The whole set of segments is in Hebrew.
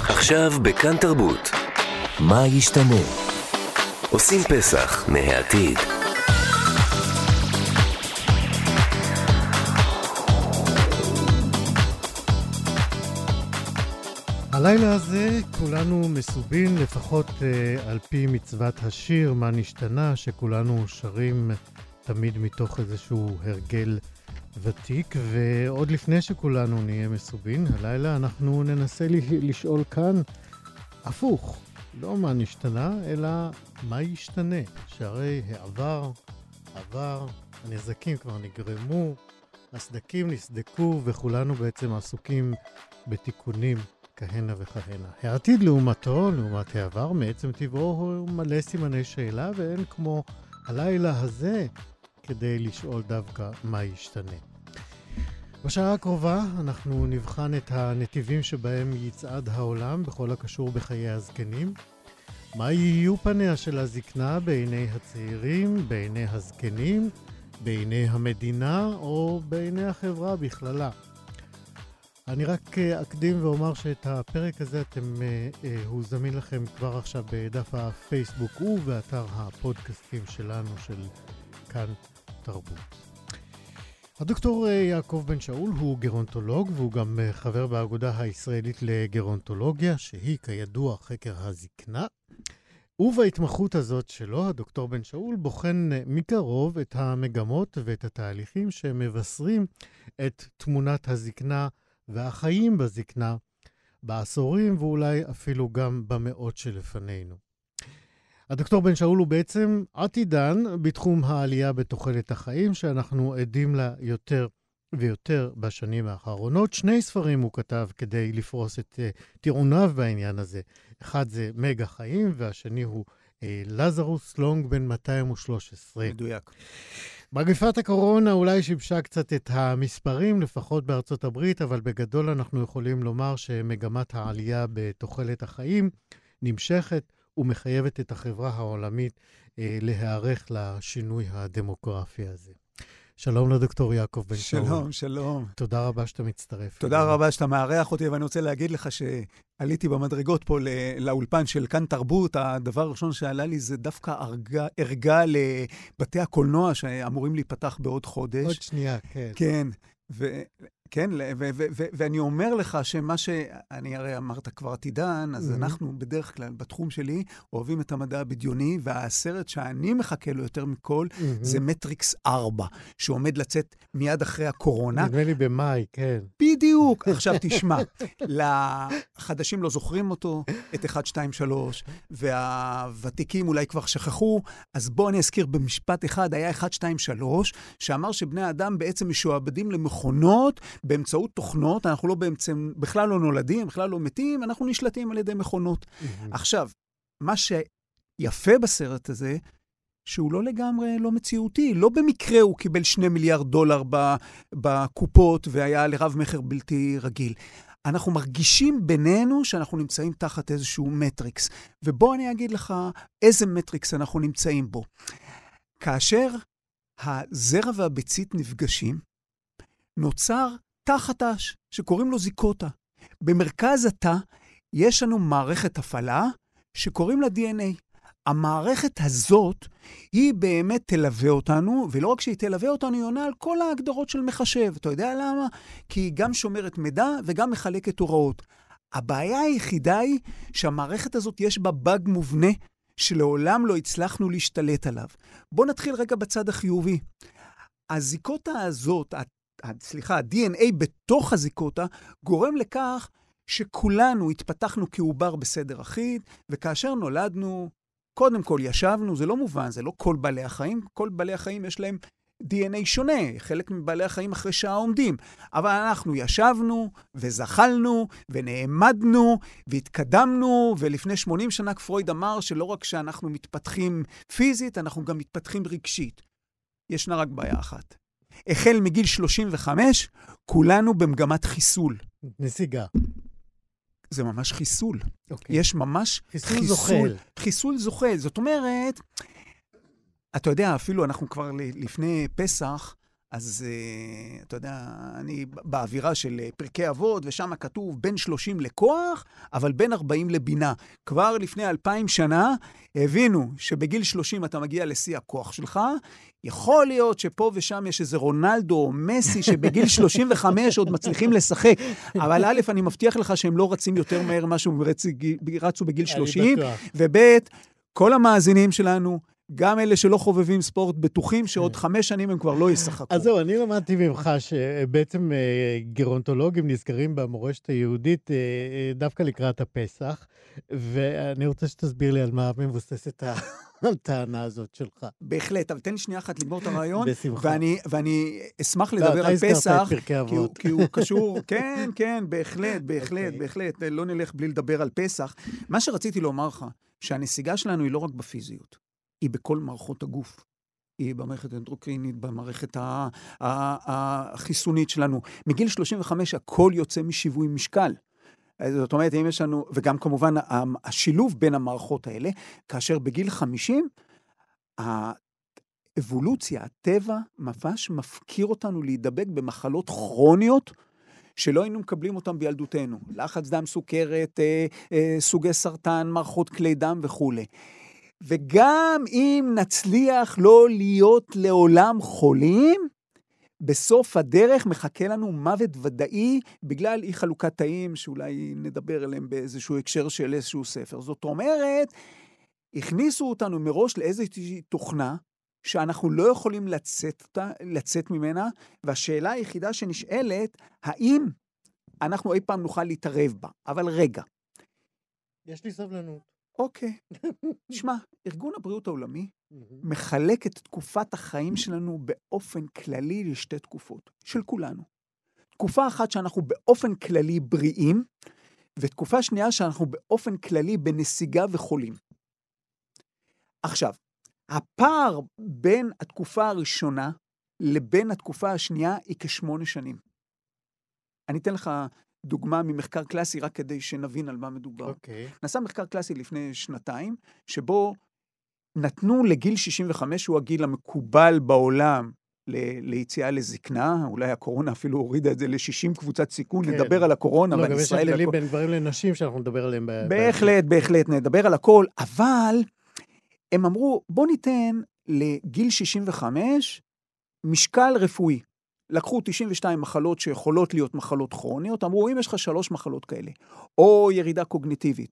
עכשיו בכאן תרבות. מה ישתנה? עושים פסח מהעתיד. הלילה הזה כולנו מסובין, לפחות על פי מצוות השיר מה נשתנה, שכולנו שרים תמיד מתוך איזשהו הרגל ותיק, ועוד לפני שכולנו נהיה מסובין, הלילה אנחנו ננסה לשאול כאן הפוך, לא מה נשתנה, אלא מה ישתנה, שהרי העבר, הנזקים כבר נגרמו, הסדקים נסדקו, וכולנו בעצם עסוקים בתיקונים כהנה וכהנה. העתיד לעומת העבר, מעצם טבעו הוא מלא סימני שאלה, ואין כמו הלילה הזה כדי לשאול דווקא מה ישתנה. בשעה הקרובה אנחנו נבחן את הנתיבים שבהם יצעד העולם בכל הקשור בחיי הזקנים. מה יהיו פניה של הזקנה בעיני הצעירים, בעיני הזקנים, בעיני המדינה או בעיני החברה בכללה. אני רק אקדים ואומר שאת הפרק הזה הוא זמין לכם כבר עכשיו בדף הפייסבוק ובאתר הפודקאסטים שלנו של כאן תרבות. הדוקטור יעקב בן שאול הוא גרונטולוג והוא גם חבר באגודה הישראלית לגרונטולוגיה, שהיא כידוע חקר הזקנה. ובהתמחות הזאת שלו, הדוקטור בן שאול בוחן מקרוב את המגמות ואת התהליכים שמבשרים את תמונת הזקנה והחיים בזקנה בעשורים ואולי אפילו גם במאות שלפנינו. הדוקטור בן שאול הוא בעצם עתידן בתחום העלייה בתוחלת החיים שאנחנו עדים לה יותר ויותר בשנים האחרונות. 2 ספרים הוא כתב כדי לפרוס את טיעוניו בעניין הזה. אחד זה מגה חיים והשני הוא לזרוס לונג בן 213. מדויק. מגפת הקורונה אולי שיבשה קצת את המספרים, לפחות בארצות הברית, אבל בגדול אנחנו יכולים לומר שמגמת העלייה בתוחלת החיים נמשכת ומחייבת את החברה העולמית להיערך לשינוי הדמוגרפי הזה. שלום לדוקטור יעקב בן שאול. שלום, שלום. תודה רבה שאתה מצטרף. תודה רבה שאתה מארח אותי, ואני רוצה להגיד לך שעליתי במדרגות פה לאולפן של כאן תרבות. הדבר הראשון שעלה לי זה דווקא ארגה לבתי הקולנוע שאמורים להיפתח בעוד חודש. עוד שנייה, כן. כן, כן, ואני אומר לך שמה שאני הרי אמרת כבר עתידן, אז אנחנו בדרך כלל בתחום שלי אוהבים את המדע הבדיוני, והסרט שאני מחכה לו יותר מכל זה מטריקס 4, שעומד לצאת מיד אחרי הקורונה. נדמה לי במאי, כן. בדיוק. עכשיו תשמע, לחדשים לא זוכרים אותו, את 1, 2, 3, והוותיקים אולי כבר שכחו, אז בוא אני אזכיר במשפט אחד, היה 1, 2, 3, שאמר שבני האדם בעצם משועבדים למכונות, באמצעות תוכנות, אנחנו בכלל לא נולדים, בכלל לא מתים, אנחנו נשלטים על ידי מכונות. עכשיו, מה שיפה בסרט הזה, שהוא לא לגמרי לא מציאותי, לא במקרה הוא קיבל $2 מיליארד בקופות, והיה לרב מחר בלתי רגיל. אנחנו מרגישים בינינו שאנחנו נמצאים תחת איזשהו מטריקס, ובוא אני אגיד לך איזה מטריקס אנחנו נמצאים בו. כאשר הזרע והביצית נפגשים, נוצר תא חדש שקוראים לו זיקוטה. במרכז התא יש לנו מערכת הפעלה שקוראים לה DNA. המערכת הזאת היא באמת תלווה אותנו, ולא רק שהיא תלווה אותנו, היא עונה על כל ההגדרות של מחשב. אתה יודע למה? כי היא גם שומרת מידע וגם מחלקת הוראות. הבעיה היחידה היא שהמערכת הזאת יש בה באג מובנה שלעולם לא הצלחנו להשתלט עליו. בוא נתחיל רגע בצד החיובי. הזיקוטה הזאת, ה-DNA בתוך הזיקוטה, גורם לכך שכולנו התפתחנו כעובר בסדר אחיד, וכאשר נולדנו, קודם כל ישבנו, זה לא מובן, זה לא כל בעלי החיים, כל בעלי החיים יש להם DNA שונה, חלק מבעלי החיים אחרי שעה עומדים, אבל אנחנו ישבנו וזחלנו ונעמדנו והתקדמנו, ולפני 80 שנה פרויד אמר שלא רק שאנחנו מתפתחים פיזית, אנחנו גם מתפתחים רגשית. ישנה רק בעיה אחת. החל מגיל 35, כולנו במגמת חיסול. נסיגה. זה ממש חיסול. Okay. יש ממש חיסול זוחל. חיסול זוחל. זאת אומרת, אתה יודע, אפילו אנחנו כבר לפני פסח, אז אתה יודע, אני באווירה של פרקי אבות, ושם כתוב בין 30 לכוח, אבל בין 40 לבינה. כבר לפני 2000 שנה הבינו שבגיל 30 אתה מגיע לשיא הכוח שלך, יכול להיות שפה ושם יש איזה רונלדו או מסי שבגיל 35 עוד מצליחים לשחק, אבל א', אני מבטיח לך שהם לא רצים יותר מהר משהו, רצו בגיל 30, וב', כל המאזינים שלנו, גם אלה שלא חובבים ספורט, בטוחים שעוד 5 שנים הם כבר לא ישחקו. אז זהו, אני למדתי ממך שבעצם גרונטולוגים נזכרים במורשת היהודית דווקא לקראת הפסח, ואני רוצה שתסביר לי על מה מבוססת הטענה הזאת שלך. בהחלט, אבל תן לי שנייה אחת לגמור את הרעיון, בשמחה. ואני אשמח לדבר על פסח, כי הוא קשור, כן, בהחלט, לא נלך בלי לדבר על פסח. מה שרציתי לומר לך, שהנסיגה שלנו היא לא רק בפיזיות, היא בכל מערכות הגוף. היא במערכת האנדוקרינית, במערכת החיסונית שלנו. מגיל 35 הכל יוצא משיווי משקל. זאת אומרת, אם יש לנו, וגם כמובן השילוב בין המערכות האלה, כאשר בגיל 50, האבולוציה, הטבע, ממש מפקיר אותנו להידבק במחלות כרוניות, שלא היינו מקבלים אותם בילדותנו. לחץ דם, סוכרת, סוגי סרטן, מערכות כלי דם וכו'. וגם אם נצליח לא להיות לעולם חולים, בסוף הדרך מחכה לנו מוות ודאי, בגלל אי חלוקת תאים, שאולי נדבר עליהם באיזשהו הקשר של איזשהו ספר. זאת אומרת, הכניסו אותנו מראש לאיזושהי תוכנה, שאנחנו לא יכולים לצאת ממנה, והשאלה היחידה שנשאלת, האם אנחנו אי פעם נוכל להתערב בה. אבל רגע. יש לי סבלנות. אוקיי. תשמע, ארגון הבריאות העולמי מחלק את תקופת החיים שלנו באופן כללי לשתי תקופות, של כולנו. תקופה אחת שאנחנו באופן כללי בריאים, ותקופה שנייה שאנחנו באופן כללי בנסיגה וחולים. עכשיו, הפער בין התקופה הראשונה לבין התקופה השנייה היא כ8 שנים. אני אתן לך דוגמה ממחקר קלאסי, רק כדי שנבין על מה מדובר. נעשה מחקר קלאסי לפני 2 שבו נתנו לגיל 65, שהוא הגיל המקובל בעולם, ליציאה לזקנה, אולי הקורונה אפילו הורידה את זה ל60 קבוצת סיכון, נדבר על הקורונה, לא, גם יש הבדלים בין גברים לנשים שאנחנו נדבר עליהם. בהחלט, נדבר על הכל, אבל הם אמרו, בוא ניתן לגיל 65 משקל רפואי. לקחו 92 מחלות שיכולות להיות מחלות כרוניות, אמרו, אם יש לך 3 מחלות כאלה, או ירידה קוגניטיבית,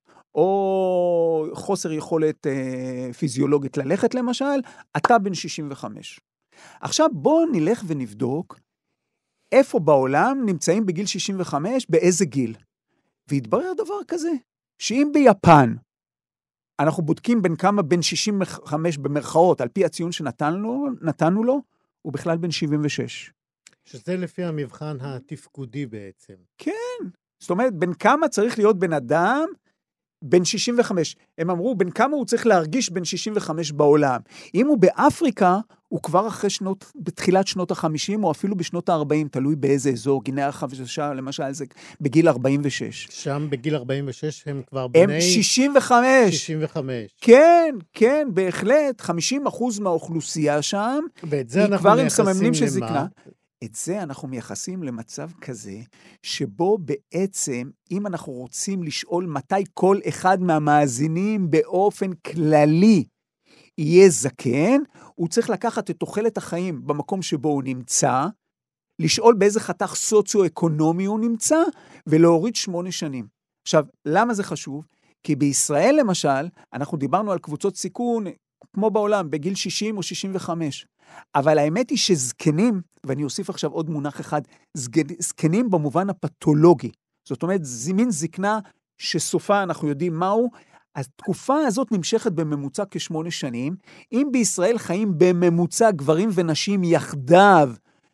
או חוסר יכולת פיזיולוגית ללכת למשל, אתה בן 65. עכשיו בוא נלך ונבדוק, איפה בעולם נמצאים בגיל 65, באיזה גיל. והתברר דבר כזה, שאם ביפן, אנחנו בודקים בין כמה בין 65 במרכאות, על פי הציון שנתנו לו, הוא בכלל בן 76. שזה לפי המבחן התפקודי בעצם. כן. זאת אומרת, בין כמה צריך להיות בן אדם, בן 65. הם אמרו, בין כמה הוא צריך להרגיש בן 65 בעולם. אם הוא באפריקה, הוא כבר אחרי בתחילת שנות ה-50, או אפילו בשנות ה-40, תלוי באיזה אזור, גינאה החדשה, למשל, זה בגיל 46. שם בגיל 46 הם כבר בני... הם 65. 65. כן, בהחלט, 50% מהאוכלוסייה שם, ואת זה אנחנו מייחסים למה? את זה אנחנו מייחסים למצב כזה, שבו בעצם, אם אנחנו רוצים לשאול מתי כל אחד מהמאזינים באופן כללי יהיה זקן, הוא צריך לקחת את תוחלת החיים במקום שבו הוא נמצא, לשאול באיזה חתך סוציו-אקונומי הוא נמצא, ולהוריד 8 שנים. עכשיו, למה זה חשוב? כי בישראל למשל, אנחנו דיברנו על קבוצות סיכון, כמו בעולם, בגיל 60 או 65. אבל האמת היא שזקנים, ואני אוסיף עכשיו עוד מונח אחד, זקנים במובן הפתולוגי. זאת אומרת, מין זקנה שסופה אנחנו יודעים מהו, התקופה הזאת נמשכת בממוצע כ8 שנים, אם בישראל חיים בממוצע גברים ונשים יחדיו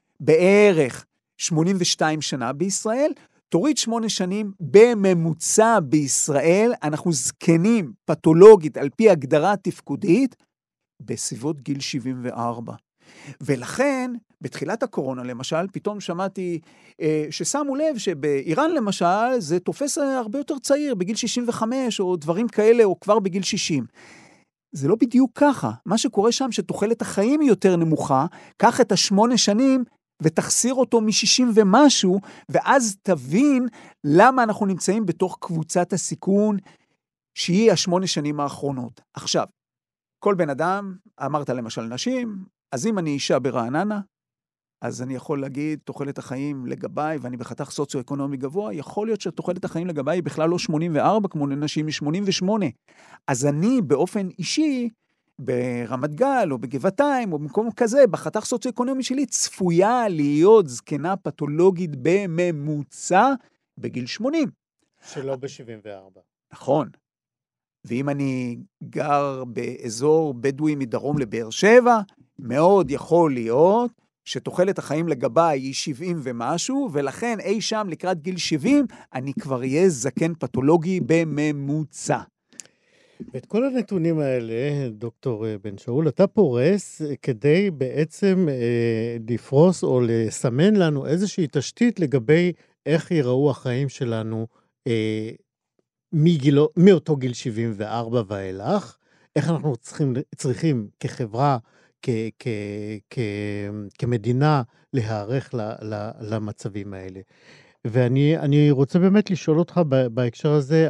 בערך 82 שנה בישראל, תוריד 8 שנים בממוצע בישראל, אנחנו זקנים פתולוגית על פי הגדרה תפקודית, בסביבות גיל 74. ולכן, בתחילת הקורונה למשל, פתאום שמעתי ששמו לב שבאיראן למשל, זה תופס הרבה יותר צעיר, בגיל 65 או דברים כאלה, או כבר בגיל 60. זה לא בדיוק ככה. מה שקורה שם שתוחלת החיים היא יותר נמוכה, קח את 8 שנים ותחסיר אותו מ-60 ומשהו, ואז תבין למה אנחנו נמצאים בתוך קבוצת הסיכון שהיא 8 שנים האחרונות. עכשיו, כל בן אדם, אמרת למשל נשים, אז אם אני אישה ברעננה, אז אני יכול להגיד, תוחלת החיים לגביי, ואני בחתך סוציו-אקונומי גבוה, יכול להיות שתוחלת החיים לגביי היא בכלל לא 84, כמו לנשים מ-88. אז אני באופן אישי, ברמת גל או בגבעתיים או במקום כזה, בחתך סוציו-אקונומי שלי, צפויה להיות זקנה פתולוגית בממוצע בגיל 80. שלא ב-74. נכון. ואם אני גר באזור בדואי מדרום לבאר שבע, מאוד יכול להיות שתוחלת החיים לגביי היא 70 ומשהו, ולכן אי שם לקראת גיל 70, אני כבר אהיה זקן פתולוגי בממוצע. ואת כל הנתונים האלה, דוקטור בן שאול, אתה פורס כדי בעצם לפרוס או לסמן לנו איזושהי תשתית לגבי איך ייראו החיים שלנו מאותו גיל 74 ואילך, איך אנחנו צריכים כחברה, כמדינה להיערך למצבים האלה. ואני רוצה באמת לשאול אותך בהקשר הזה,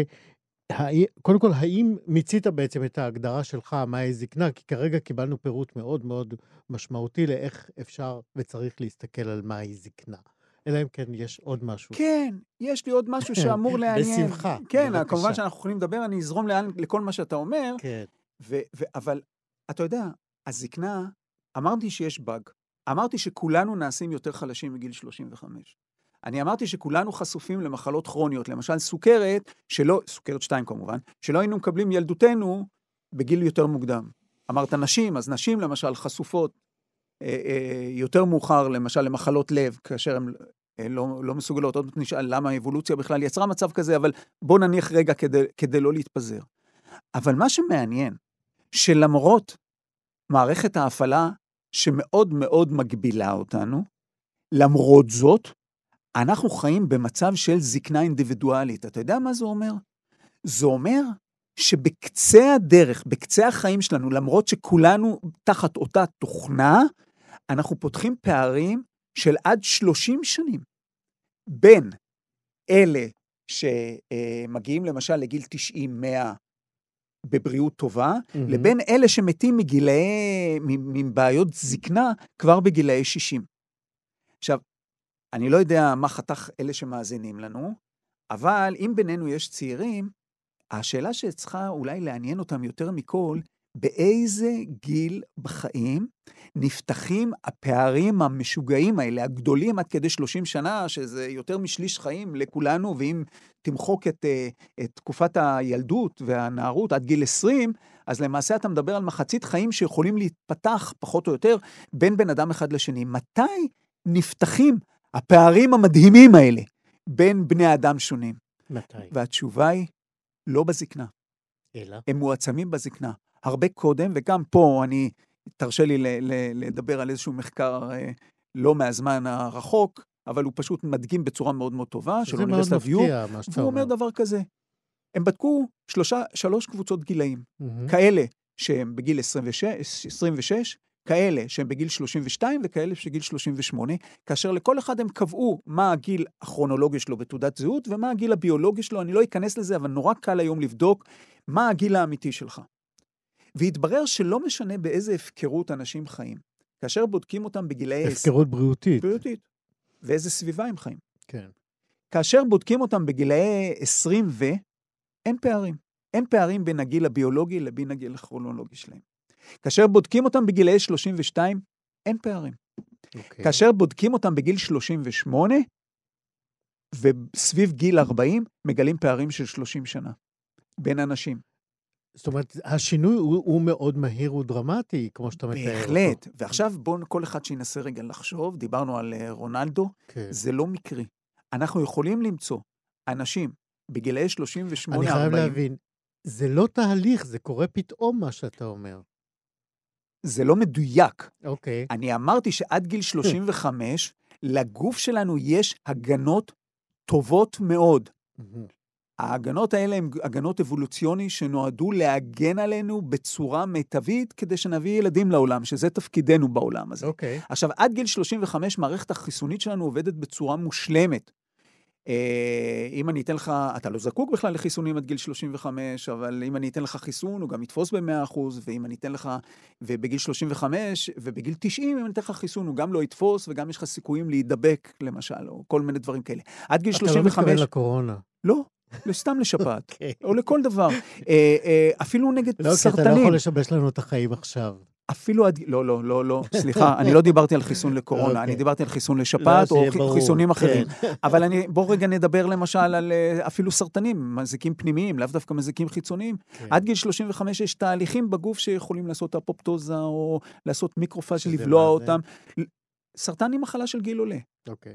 קודם כל, האם מיצית בעצם את ההגדרה שלך, מהי זקנה? כי כרגע קיבלנו פירוט מאוד מאוד משמעותי לאיך אפשר וצריך להסתכל על מהי זקנה. אלא אם כן יש עוד משהו. כן, יש לי עוד משהו שאמור לעניין. בשמחה. כן, כמובן שאנחנו יכולים לדבר, אני אזרום לכל מה שאתה אומר. כן. אבל אתה יודע, הזקנה, אמרתי שיש באג. אמרתי שכולנו נעשים יותר חלשים מגיל 35. אני אמרתי שכולנו חשופים למחלות כרוניות, למשל סוכרת, סוכרת 2 כמובן, שלא היינו מקבלים ילדותנו בגיל יותר מוקדם. אמרת נשים, אז נשים למשל חשופות יותר מאוחר, למשל למחלות לב, כאשר הן לא מסוגלות, עוד נשאל למה האבולוציה בכלל יצרה מצב כזה, אבל בוא נניח רגע כדי לא להתפזר. אבל מה שמעניין, שלמרות מערכת ההפעלה שמאוד מאוד מגבילה אותנו, למרות זאת, אנחנו חיים במצב של זקנה אינדיבידואלית. אתה יודע מה זה אומר? זה אומר שבקצה הדרך, בקצה החיים שלנו, למרות שכולנו תחת אותה תוכנה, אנחנו פותחים פערים של עד 30 שנים. בין אלה שמגיעים למשל לגיל 90-100 בבריאות טובה, לבין אלה שמתים מבעיות זקנה כבר בגילאי 60. עכשיו, אני לא יודע מה חתך אלה שמאזינים לנו, אבל אם בינינו יש צעירים, השאלה שצריכה אולי לעניין אותם יותר מכל, באיזה גיל בחיים נפתחים הפערים המשוגעים האלה, הגדולים עד כדי 30 שנה, שזה יותר משליש חיים לכולנו, ואם תמחוק את תקופת הילדות והנערות עד גיל 20, אז למעשה אתה מדבר על מחצית חיים שיכולים להתפתח פחות או יותר בין בן אדם אחד לשני. מתי נפתחים הפערים המדהימים האלה בין בני אדם שונים? מתי? והתשובה היא לא בזקנה. אלא? הם מועצמים בזקנה. הרבה קודם, וגם פה אני, תרשה לי לדבר על איזשהו מחקר לא מהזמן הרחוק, אבל הוא פשוט מדגים בצורה מאוד מאוד טובה, של אוניברסיטת ויו, והוא אומר דבר כזה. הם בדקו 3 קבוצות גילאים, כאלה שהם בגיל 26, כאלה שהם בגיל 32 וכאלה שבגיל 38, כאשר לכל אחד הם קבעו מה הגיל הכרונולוגי שלו בתעודת זהות, ומה הגיל הביולוגי שלו, אני לא אכנס לזה, אבל נורא קל היום לבדוק מה הגיל האמיתי שלך. והתברר שלא משנה באיזה הפקרות אנשים חיים, כאשר בודקים אותם בגילאי... הפקרות בריאותית. בריאותית. ואיזה סביבה הם חיים. כן. כאשר בודקים אותם בגילאי 20 אין פערים. אין פערים בין הגיל הביולוגי לבין הגיל הכרונולוגי שלהם. כאשר בודקים אותם בגילאי 32, אין פערים. Okay. כאשר בודקים אותם בגיל 38, וסביב גיל 40, מגלים פערים של 30 שנה. בין אנשים. זאת אומרת, השינוי הוא מאוד מהיר ודרמטי, כמו שאתה מתאר אותו. בהחלט. ועכשיו בואו כל אחד שינסה רגע לחשוב, דיברנו על רונלדו, כן. זה לא מקרי. אנחנו יכולים למצוא אנשים בגילאי 38-40. אני חייב להבין, זה לא תהליך, זה קורה פתאום מה שאתה אומר. זה לא מדויק. אוקיי. אני אמרתי שעד גיל 35, לגוף שלנו יש הגנות טובות מאוד. ההגנות האלה הן הגנות אבולוציוני שנועדו להגן עלינו בצורה מיטבית כדי שנביא ילדים לעולם, שזה תפקידנו בעולם הזה. אוקיי. עכשיו, עד גיל 35 מערכת החיסונית שלנו עובדת בצורה מושלמת. אם אני אתן לך, אתה לא זקוק בכלל לחיסונים עד גיל 35, אבל אם אני אתן לך חיסון, הוא גם יתפוס ב-100%, ואם אני אתן לך, ובגיל 35, ובגיל 90, אם אני אתן לך חיסון, הוא גם לא יתפוס, וגם יש לך סיכויים להידבק, למשל, או כל מיני דברים כאלה. עד גיל 35... אתה לא מתכוון לקורונה. לא, סתם לשפעת, או לכל דבר. אפילו נגד סרטנים. לא, כי אתה לא יכול לשבש לנו את החיים עכשיו. אפילו עד... לא, סליחה, אני לא דיברתי על חיסון לקורונה, אני דיברתי על חיסון לשפעת או חיסונים אחרים. אבל בואו רגע נדבר למשל על אפילו סרטנים, מזיקים פנימיים, לאו דווקא מזיקים חיצוניים. עד גיל 35 יש תהליכים בגוף שיכולים לעשות אפופטוזה, או לעשות מיקרופאז' לבלוע אותם. סרטן היא מחלה של גיל עולה.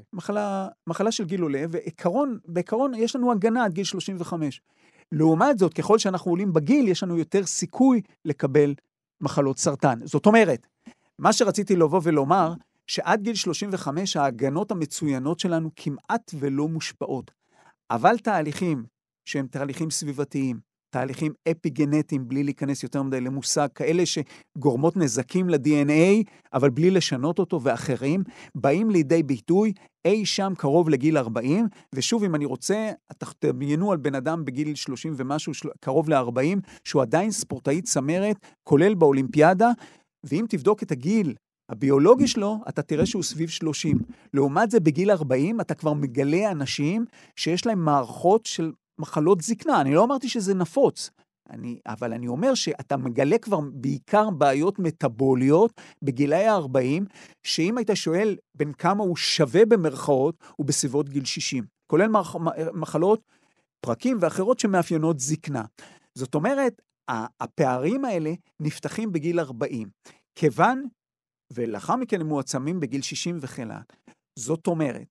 מחלה של גיל עולה, ובעיקרון יש לנו הגנה עד גיל 35. לעומת זאת, ככל שאנחנו עולים בגיל, יש לנו יותר סיכוי לקבל מחלות סרטן. זאת אומרת, מה שרציתי לבוא ולומר, שעד גיל 35 ההגנות המצוינות שלנו כמעט ולא מושפעות. אבל תהליכים שהם תהליכים סביבתיים, תהליכים אפיגנטיים, בלי להיכנס יותר מדי למושג, כאלה שגורמות נזקים ל-DNA, אבל בלי לשנות אותו ואחרים, באים לידי ביטוי אי שם קרוב לגיל 40, ושוב, אם אני רוצה, תדמיינו על בן אדם בגיל 30 ומשהו, קרוב ל-40, שהוא עדיין ספורטאית צמרת, כולל באולימפיאדה, ואם תבדוק את הגיל הביולוגי שלו, אתה תראה שהוא סביב 30. לעומת זה, בגיל 40, אתה כבר מגלה אנשים שיש להם מערכות של מחלות זקנה. אני לא אמרתי שזה נפוץ, אבל אני אומר שאתה מגלה כבר בעיקר בעיות מטאבוליות בגילי ה-40, שאם היית שואל בין כמה הוא שווה במרכאות, הוא בסביבות גיל 60. כולל מחלות, פרקים ואחרות שמאפיינות זקנה. זאת אומרת, הפערים האלה נפתחים בגיל 40. כיוון, ולאחר מכן הם מועצמים בגיל 60 וכן. זאת אומרת,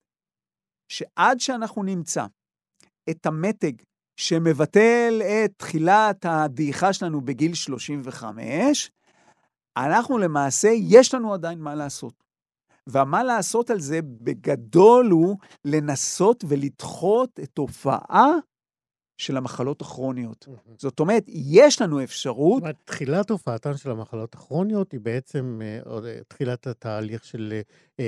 שעד שאנחנו נמצא את המתג שמבטל את תחילת הדעיכה שלנו בגיל 35, אנחנו למעשה, יש לנו עדיין מה לעשות. ומה לעשות על זה בגדול הוא לנסות ולדחות את תופעה של המחלות הכרוניות. זאת אומרת, יש לנו אפשרות... תחילת תופעתן של המחלות הכרוניות היא בעצם תחילת התהליך של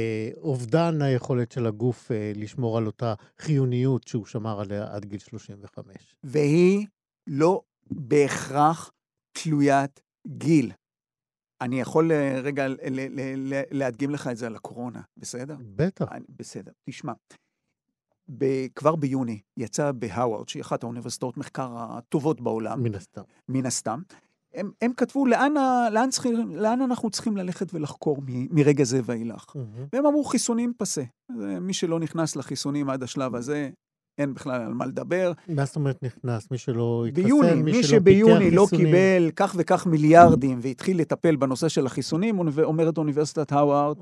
אובדן היכולת של הגוף לשמור על אותה חיוניות שהוא שמר עליה עד גיל 35. והיא לא בהכרח תלוית גיל. אני יכול רגע להדגים לך את זה על הקורונה, בסדר? בטח. בסדר, תשמע. כבר ביוני יצא בהאוורד, שהיא אחת האוניברסיטאות מחקר הטובות בעולם. מן הסתם. הם כתבו לאן אנחנו צריכים ללכת ולחקור מרגע זה ואילך. והם אמרו חיסונים פסה. מי שלא נכנס לחיסונים עד השלב הזה, אין בכלל על מה לדבר. מה זאת אומרת נכנס? מי שלא התחסן, ביוני, מי שביוני לא קיבל כך וכך מיליארדים והתחיל לטפל בנושא של החיסונים, אומרת אוניברסיטת האוורד,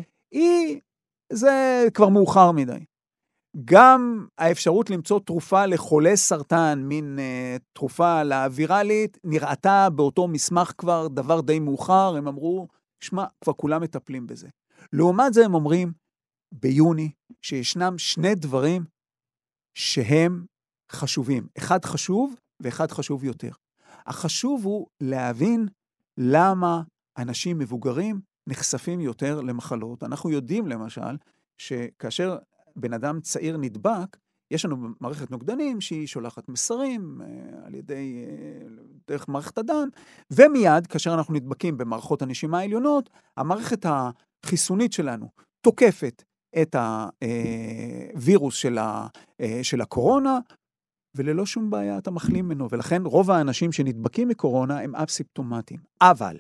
זה כבר מאוחר מדי. גם האפשרות למצוא תרופה לחולה סרטן, מין תרופה לאווירלית, נראתה באותו מסמך כבר דבר די מאוחר, הם אמרו, שמע, כבר כולם מטפלים בזה. לעומת זה הם אומרים, ביוני, שישנם שני דברים שהם חשובים. אחד חשוב ואחד חשוב יותר. החשוב הוא להבין למה אנשים מבוגרים נחשפים יותר למחלות. אנחנו יודעים למשל, שכאשר בן אדם צעיר נדבק, יש לנו מערכת נוגדנים שהיא שולחת מסרים על ידי, דרך מערכת הדם, ומיד, כאשר אנחנו נדבקים במערכות הנשימה העליונות, המערכת החיסונית שלנו תוקפת את הווירוס של הקורונה, וללא שום בעיה אתה מחלים ממנו, ולכן רוב האנשים שנדבקים מקורונה הם אסימפטומטיים. אבל,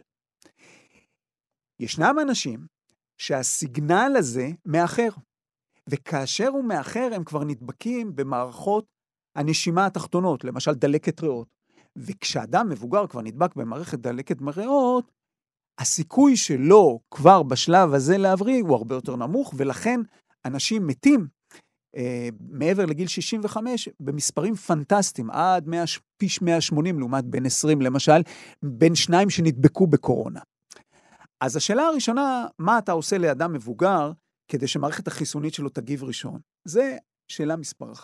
ישנם אנשים שהסיגנל הזה מאחר, וכאשר הוא מאחר, הם כבר נדבקים במערכות הנשימה התחתונות, למשל דלקת ריאות. וכשאדם מבוגר כבר נדבק במערכת דלקת ריאות, הסיכוי שלו כבר בשלב הזה להבריא הוא הרבה יותר נמוך, ולכן אנשים מתים מעבר לגיל 65 במספרים פנטסטיים, עד פי 180 לעומת בין 20 למשל, בין שניים שנדבקו בקורונה. אז השאלה הראשונה, מה אתה עושה לאדם מבוגר, כדי שמערכת החיסונית שלו תגיב ראשון? זה שאלה מספר אחת.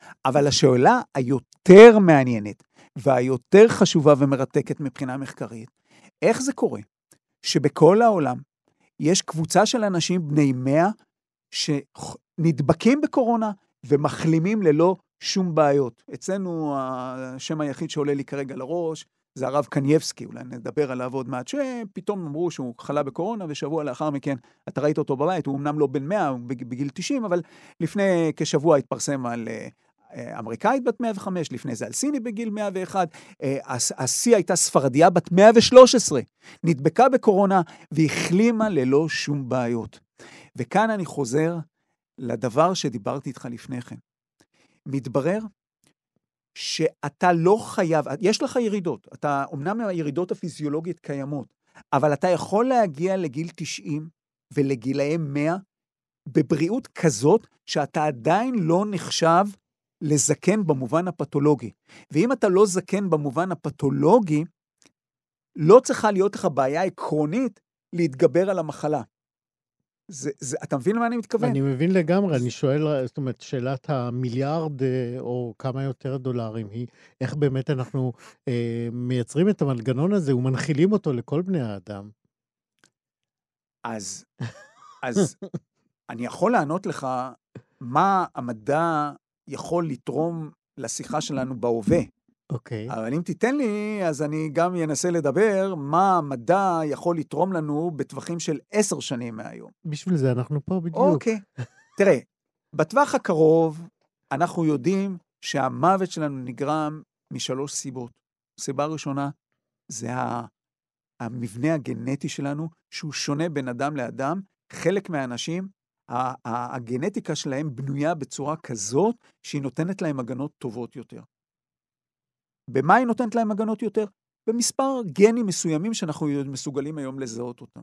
אבל השאלה היותר מעניינת, והיותר חשובה ומרתקת מבחינה מחקרית, איך זה קורה שבכל העולם יש קבוצה של אנשים בני 100 שנדבקים בקורונה ומחלימים ללא שום בעיות. אצלנו השם היחיד שעולה לי כרגע לראש זה הרב קנייבסקי, אולי נדבר עליו עוד מעט, שפתאום אמרו שהוא חלה בקורונה, ושבוע לאחר מכן אתה ראית אותו בבית, הוא אמנם לא בן 100, הוא בגיל 90, אבל לפני כשבוע התפרסם על אמריקאית בת 105, לפני זה על סיני בגיל 101, השיא הייתה ספרדיה בת 113, נדבקה בקורונה והחלימה ללא שום בעיות. וכאן אני חוזר לדבר שדיברתי איתך לפני כן. מתברר שאתה לא חייב, יש לך ירידות, אמנם הירידות הפיזיולוגיות קיימות, אבל אתה יכול להגיע לגיל 90 ולגילאי 100 בבריאות כזאת שאתה עדיין לא נחשב לזקן במובן הפתולוגי. ואם אתה לא זקן במובן הפתולוגי, לא צריכה להיות לך בעיה עקרונית להתגבר על המחלה. אתה מבין למה אני מתכוון? אני מבין לגמרי, אני שואל, זאת אומרת, שאלת המיליארד או כמה יותר דולרים היא, איך באמת אנחנו מייצרים את המנגנון הזה ומנחילים אותו לכל בני האדם? אז אני יכול לענות לך מה המדע יכול לתרום לשיחה שלנו בהווה. אוקיי. אבל אם תיתן לי, אז אני גם אנסה לדבר מה המדע יכול לתרום לנו בטווחים של 10 שנים מהיום. בשביל זה אנחנו פה בדיוק. אוקיי. תראה, בטווח הקרוב אנחנו יודעים שהמוות שלנו נגרם מ3 סיבות. סיבה ראשונה זה המבנה הגנטי שלנו, שהוא שונה בין אדם לאדם. חלק מהאנשים, הגנטיקה שלהם בנויה בצורה כזאת שהיא נותנת להם הגנות טובות יותר. במה היא נותנת להם הגנות יותר? במספר גנים מסוימים שאנחנו מסוגלים היום לזהות אותם.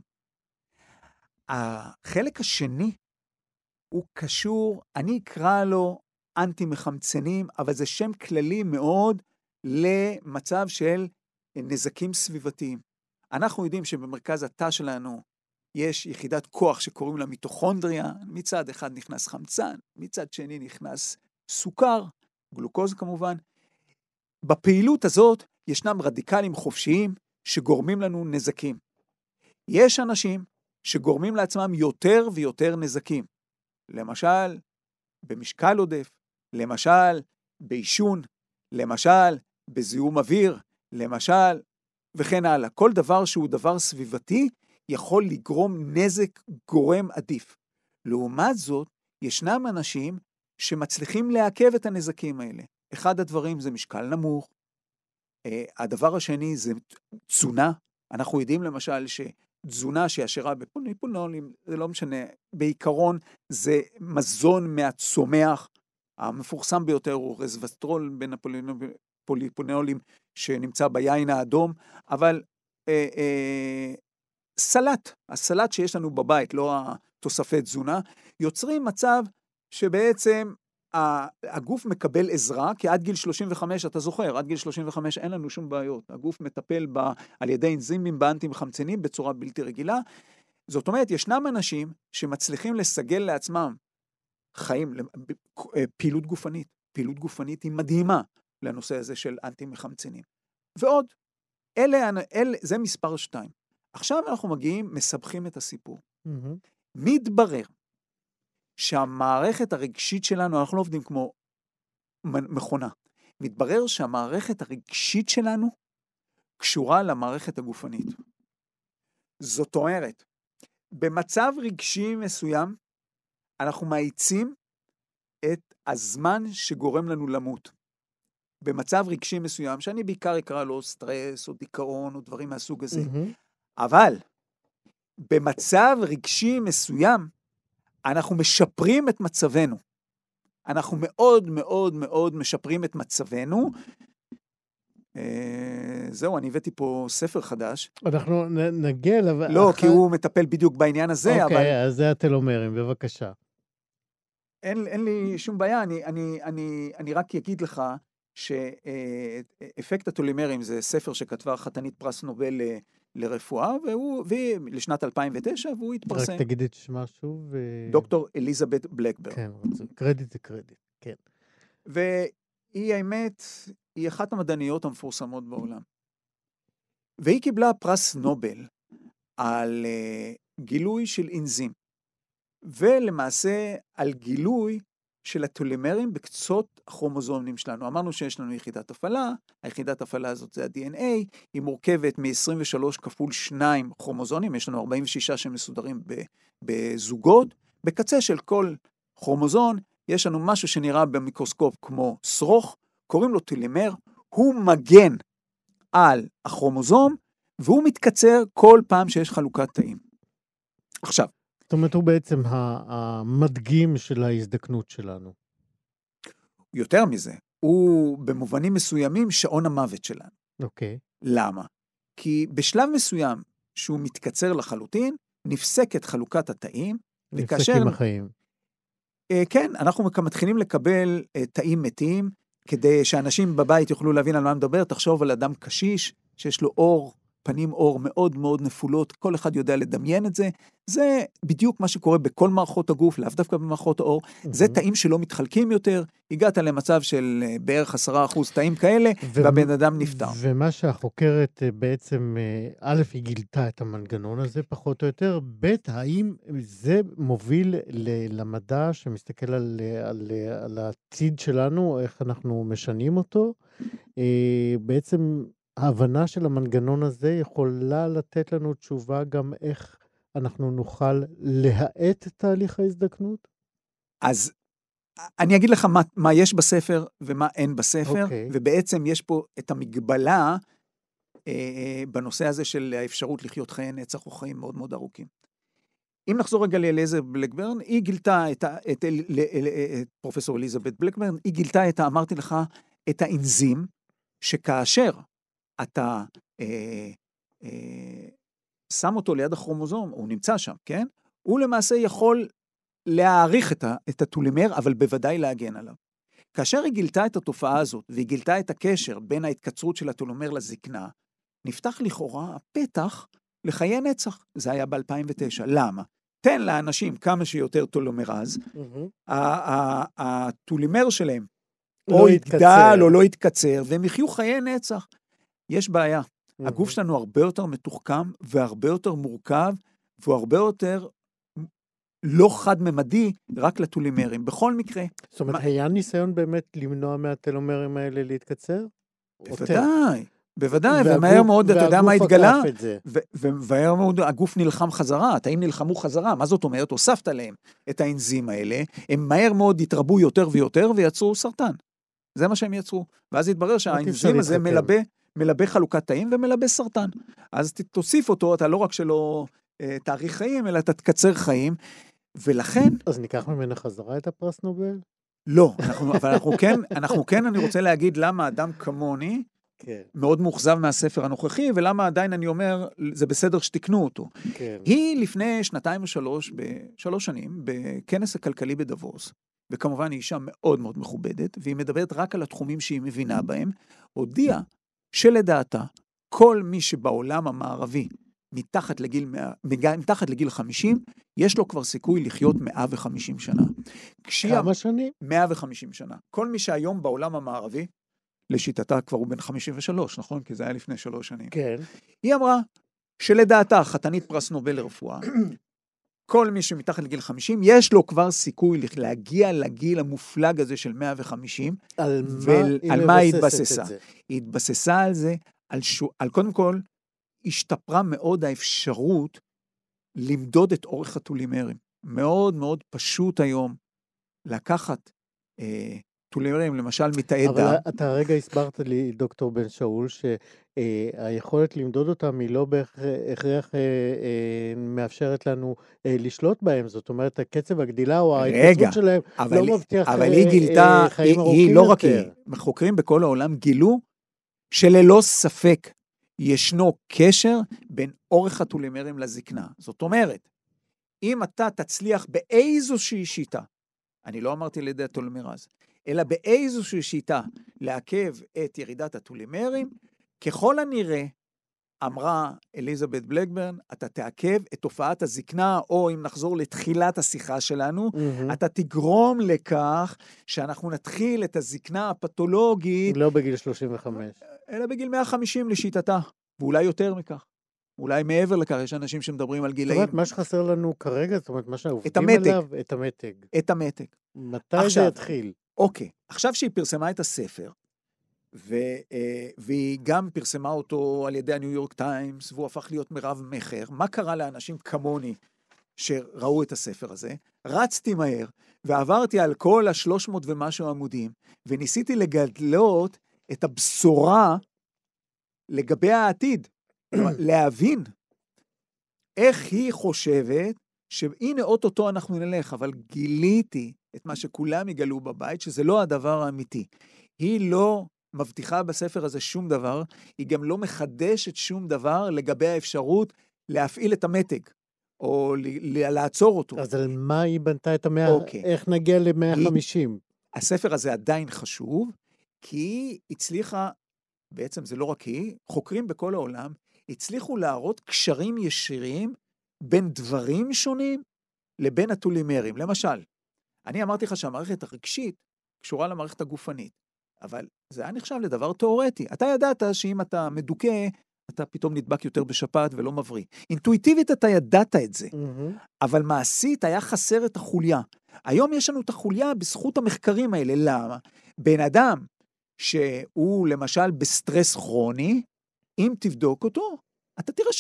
החלק השני הוא קשור, אני אקרא לו אנטי-מחמצנים, אבל זה שם כללי מאוד למצב של נזקים סביבתיים. אנחנו יודעים שבמרכז התא שלנו יש יחידת כוח שקוראים לה מיטוכונדריה, מצד אחד נכנס חמצן, מצד שני נכנס סוכר, גלוקוז כמובן. בפעילות הזאת ישנם רדיקלים חופשיים שגורמים לנו נזקים. יש אנשים שגורמים לעצמם יותר ויותר נזקים. למשל, במשקל עודף, למשל, בעישון, למשל, בזיהום אוויר, למשל, וכן הלאה. כל דבר שהוא דבר סביבתי יכול לגרום נזק גורם עדיף. לעומת זאת, ישנם אנשים שמצליחים לעכב את הנזקים האלה. אחד הדברים זה משקל נמוך, הדבר השני זה תזונה. אנחנו יודעים למשל שתזונה שעשירה בפוליפנולים, זה לא משנה, בעיקרון זה מזון מהצומח, המפורסם ביותר הוא רזווסטרול בין הפוליפנולים שנמצא ביין האדום, אבל הסלט שיש לנו בבית, לא התוספי תזונה, יוצרים מצב שבעצם הגוף מקבל עזרה, כי עד גיל 35, אתה זוכר, עד גיל 35 אין לנו שום בעיות. הגוף מטפל על ידי אנזימים באנטי-מחמצנים בצורה בלתי רגילה. זאת אומרת, ישנם אנשים שמצליחים לסגל לעצמם חיים, פעילות גופנית. פעילות גופנית היא מדהימה לנושא הזה של אנטי-מחמצנים. ועוד, זה מספר 2. עכשיו אנחנו מגיעים, מסבכים את הסיפור. מתברר שהמערכת הרגשית שלנו, אנחנו לא עובדים כמו מכונה, מתברר שהמערכת הרגשית שלנו קשורה למערכת הגופנית. זאת אומרת, במצב רגשי מסוים, אנחנו מאיצים את הזמן שגורם לנו למות. במצב רגשי מסוים, שאני בעיקר אקרא לו סטרס או דיכאון או דברים מהסוג הזה. אבל במצב רגשי מסוים, אנחנו משפרים את מצבנו. אנחנו מאוד מאוד מאוד משפרים את מצבנו. זהו, אני הבאתי פה ספר חדש. אנחנו נגיע לב... לא, כי הוא מטפל בדיוק בעניין הזה, אבל... אוקיי, אז זה הטלומרים, בבקשה. אין לי שום בעיה, אני רק אגיד לך שאפקט הטלומרים זה ספר שכתבה חתנית פרס נובל לרפואה, לשנת 2009, והוא התפרסם. רק תגיד את שמה שוב. דוקטור אליזבת בלקברג. כן, קרדיט זה קרדיט, כן. והיא האמת, היא אחת המדעניות המפורסמות בעולם. והיא קיבלה פרס נובל על גילוי של אנזים, ולמעשה על גילוי של הטלומרים בקצות הכרומוזומים שלנו. אמרנו שיש לנו יחידת הפעלה, היחידת הפעלה הזאת זה ה-DNA, היא מורכבת מ-23 כפול 2 כרומוזומים, יש לנו 46 שמסודרים בזוגות, בקצה של כל כרומוזום יש לנו משהו שנראה במיקרוסקופ כמו שרוך, קוראים לו טלומר, הוא מגן על הכרומוזום, והוא מתקצר כל פעם שיש חלוקת תאים. עכשיו, זאת אומרת, הוא בעצם המדגים של ההזדקנות שלנו. יותר מזה, הוא במובנים מסוימים שעון המוות שלנו. אוקיי. למה? כי בשלב מסוים שהוא מתקצר לחלוטין, נפסקת חלוקת התאים, נפסקים החיים. כן, אנחנו מתחילים לקבל תאים מתים, כדי שאנשים בבית יוכלו להבין על מה מדבר. תחשוב על אדם קשיש, שיש לו פנים אור מאוד מאוד נפולות, כל אחד יודע לדמיין את זה, זה בדיוק מה שקורה בכל מערכות הגוף, לאו דווקא במערכות האור, זה תאים שלא מתחלקים יותר, הגעת למצב של בערך 10% תאים כאלה, והבן אדם נפטר. ומה שהחוקרת בעצם, א', היא גילתה את המנגנון הזה פחות או יותר, ב', האם זה מוביל למדע שמסתכל על העתיד שלנו, איך אנחנו משנים אותו, בעצם ההבנה של המנגנון הזה יכולה לתת לנו תשובה גם איך אנחנו נוכל להאט את תהליך ההזדקנות? אז אני אגיד לך מה יש בספר ומה אין בספר, ובעצם יש פה את המגבלה בנושא הזה של האפשרות לחיות חיי נצח או חיים מאוד מאוד ארוכים. אם נחזור רגע לאליזבת בלקברן, היא גילתה את פרופסור אליזבת בלקברן, היא גילתה אמרתי לך, את האנזים, שכאשר אתה שם אותו ליד הכרומוזום, הוא נמצא שם, כן? הוא למעשה יכול להעריך את הטלומר, אבל בוודאי להגן עליו. כאשר היא גילתה את התופעה הזאת, והיא גילתה את הקשר בין ההתקצרות של הטלומר לזקנה, נפתח לכאורה הפתח לחיי נצח. זה היה ב-2009. למה? תן לאנשים כמה שיותר טלומרז, הטלומר שלהם או יתגדל או לא יתקצר, והם יחיו חיי נצח. יש בעיה. הגוף שלנו הרבה יותר מתוחכם, והרבה יותר מורכב, והוא הרבה יותר לא חד-ממדי, רק לטלומרים. בכל מקרה. זאת אומרת, היה ניסיון באמת למנוע מהטלומרים האלה להתקצר? בוודאי. בוודאי, ומהר מאוד, אתה יודע מה התגלה? ומהר מאוד הגוף נלחם חזרה, התאים נלחמו חזרה, מה זאת אומרת? הוספת להם את האנזים האלה, הם מהר מאוד התרבו יותר ויותר, ויצרו סרטן. זה מה שהם יצרו. ואז התברר שהאנזים הזה מלבה חלוקת תאים, ומלבה סרטן. אז תוסיף אותו, אתה לא רק שלא תאריך חיים, אלא אתה תקצר חיים, ולכן... אז ניקח ממנה חזרה את הפרס נובל? לא, אבל אנחנו כן, אני רוצה להגיד למה אדם כמוני, מאוד מאוכזב מהספר הנוכחי, ולמה עדיין אני אומר, זה בסדר שתקנו אותו. היא לפני 2 או 3 שנים, בכנס הכלכלי בדבוס, וכמובן היא אישה מאוד מאוד מכובדת, והיא מדברת רק על התחומים שהיא מבינה בהם, הודיעה שלדעתה, כל מי שבעולם המערבי, מתחת לגיל 50, יש לו כבר סיכוי לחיות 150 שנה. כמה שנים? 150 שנה. כל מי שהיום בעולם המערבי, לשיטתה כבר הוא בן 53, נכון? כי זה היה לפני 3 שנים. כן. היא אמרה שלדעתה, חתנית פרס נובל לרפואה, כל מי שמתחת לגיל 50, יש לו כבר סיכוי להגיע לגיל המופלג הזה של 150. על מה היא התבססה? היא התבססה על זה, על קודם כל, השתפרה מאוד האפשרות למדוד את אורך הטלומרים. מאוד מאוד פשוט היום לקחת טלומרים, למשל מתאי דם. אבל אתה הרגע הסברת לי, דוקטור בן שאול, שהיכולת למדוד אותם היא לא בהכרח מאפשרת לנו לשלוט בהם. זאת אומרת, הקצב הגדילה או ההתפצות שלהם לא מבטיח חיים ארוכים יותר. אבל היא גילתה, היא לא רק היא. חוקרים בכל העולם גילו שללא ספק ישנו קשר בין אורך הטלומרים לזקנה. זאת אומרת, אם אתה תצליח באיזושהי שיטה, אני לא אמרתי לידי הטלומרז, אלא באיזושהי שיטה לעכב את ירידת הטלומרים, ככל הנראה, אמרה אליזבת בלקברן, אתה תעכב את תופעת הזקנה, או אם נחזור לתחילת השיחה שלנו, אתה תגרום לכך שאנחנו נתחיל את הזקנה הפתולוגית, לא בגיל 35. אלא בגיל 150 לשיטתה, ואולי יותר מכך. אולי מעבר לכך, יש אנשים שמדברים על גילאים. זאת אומרת, מה שחסר לנו כרגע, זאת אומרת, מה שעובדים המתג. עליו, את המתג. את המתג. מתי עכשיו, זה יתחיל? אוקיי, עכשיו שהיא פרסמה את הספר, והיא גם פרסמה אותו על ידי הניו יורק טיימס, והוא הפך להיות מרב מחר, מה קרה לאנשים כמוני שראו את הספר הזה? רצתי מהר, ועברתי על כל 300 ומשהו עמודים, וניסיתי לגלות את הבשורה לגבי העתיד, להבין איך היא חושבת שהנה אוטוטו אנחנו נלך, אבל גיליתי את מה שכולם יגלו בבית, שזה לא הדבר האמיתי. היא לא מבטיחה בספר הזה שום דבר, היא גם לא מחדשת שום דבר לגבי האפשרות להפעיל את המתג, או לעצור אותו. אז על מה היא בנתה את ה-100? אוקיי. איך נגיע ל-150? הספר הזה עדיין חשוב, כי היא הצליחה, בעצם זה לא רק היא, חוקרים בכל העולם, הצליחו להראות קשרים ישירים בין דברים שונים לבין הטולימרים. למשל, אני אמרתי לך שהמערכת הרגשית קשורה למערכת הגופנית, אבל זה היה נחשב לדבר תיאורטי. אתה ידעת שאם אתה מדוכא, אתה פתאום נדבק יותר בשפעת ולא מבריא. אינטואיטיבית אתה ידעת את זה, אבל מעשית היה חסר את החוליה. היום יש לנו את החוליה בזכות המחקרים האלה. למה? בן אדם שהוא למשל בסטרס כרוני, אם תבדוק אותו, אתה תראה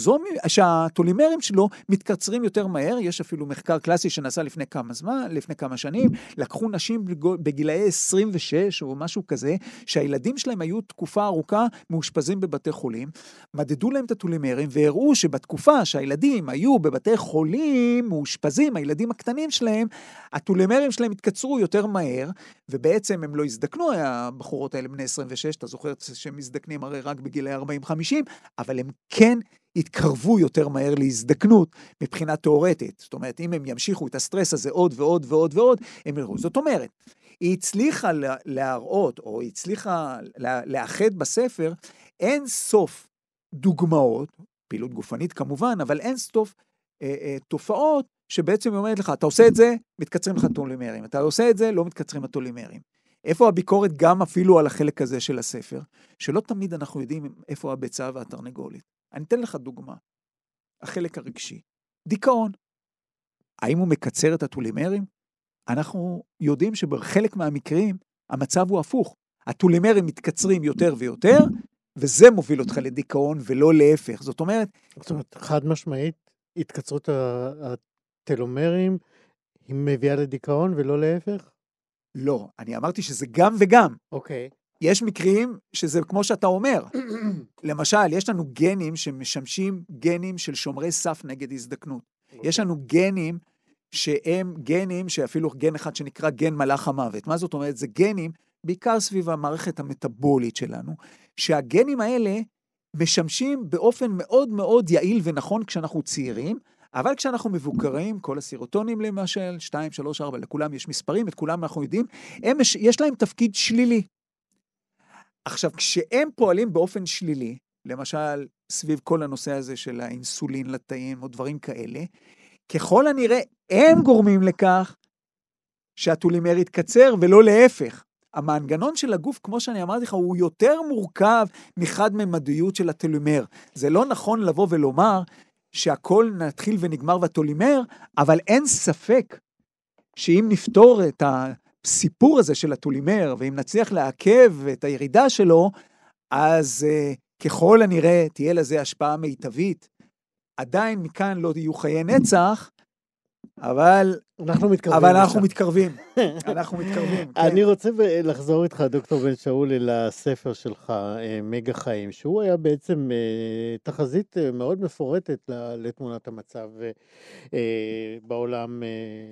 שהטולימרים שלו מתקצרים יותר מהר. יש אפילו מחקר קלאסי שנעשה לפני כמה שנים, לקחו נשים בגילאי 26 או משהו כזה, שהילדים שלהם היו תקופה ארוכה מאושפזים בבתי חולים, מדדו להם את הטולימרים והראו שבתקופה שהילדים היו בבתי חולים מאושפזים, הילדים הקטנים שלהם, הטולימרים שלהם התקצרו יותר מהר, ובעצם הם לא הזדקנו, הבחורות האלה בני 26, אתה זוכר שהם הזדקנים הרי רק בגילאי 40-50, אבל הם כן יתקרבו יותר מהר להזדקנות מבחינה תיאורטית. זאת אומרת, אם הם ימשיכו את הסטרס הזה עוד ועוד ועוד ועוד, הם יראו. זאת אומרת, היא הצליחה להראות, או היא הצליחה לאחד בספר, אין סוף דוגמאות, פעילות גופנית כמובן, אבל אין סוף תופעות, שבעצם היא אומרת לך, אתה עושה את זה, מתקצרים לך טולימרים. אתה עושה את זה, לא מתקצרים הטולימרים. איפה הביקורת גם אפילו על החלק הזה של הספר, שלא תמיד אנחנו יודעים איפה הביצה והתרנגולת. אני אתן לך דוגמה. החלק הרגשי. דיכאון. האם הוא מקצר את הטולימרים? אנחנו יודעים שבחלק מהמקרים המצב הוא הפוך. הטולימרים מתקצרים יותר ויותר, וזה מוביל אותך לדיכאון ולא להפך. זאת אומרת, חד משמעית, התקצרות הטלומרים היא מביאה לדיכאון ולא להפך? לא, אני אמרתי שזה גם וגם. אוקיי. יש מקרים שזה כמו שאתה אומר. למשל, יש לנו גנים שמשמשים גנים של שומרי סף נגד הזדקנות. יש לנו גנים שהם גנים, שאפילו גן אחד שנקרא גן מלאך המוות. מה זאת אומרת? זה גנים, בעיקר סביב המערכת המטאבולית שלנו, שהגנים האלה משמשים באופן מאוד מאוד יעיל ונכון כשאנחנו צעירים, אבל כשאנחנו מבוקרים, כל הסירוטונים למשל, 2, 3, 4, לכולם יש מספרים, את כולם אנחנו יודעים, יש להם תפקיד שלילי. עכשיו, כשהם פועלים באופן שלילי, למשל, סביב כל הנושא הזה של האינסולין לתאים או דברים כאלה, ככל הנראה הם גורמים לכך שהטולימר יתקצר ולא להפך. המנגנון של הגוף, כמו שאני אמרתי לך, הוא יותר מורכב מחד-ממדיות של הטולימר. זה לא נכון לבוא ולומר שהכל נתחיל ונגמר בטולימר, אבל אין ספק שאם נפתור את הסיפור הזה של הטולימר, ואם נצליח לעכב את הירידה שלו, אז ככל הנראה תהיה לזה השפעה מיטבית. עדיין מכאן לא יהיו חיי נצח, אבל אנחנו מתקרבים. אנחנו מתקרבים. אני רוצה לחזור איתך, דוקטור בן שאול, לספר שלך, מגה חיים, שהוא היה בעצם תחזית מאוד מפורטת לתמונת המצב בעולם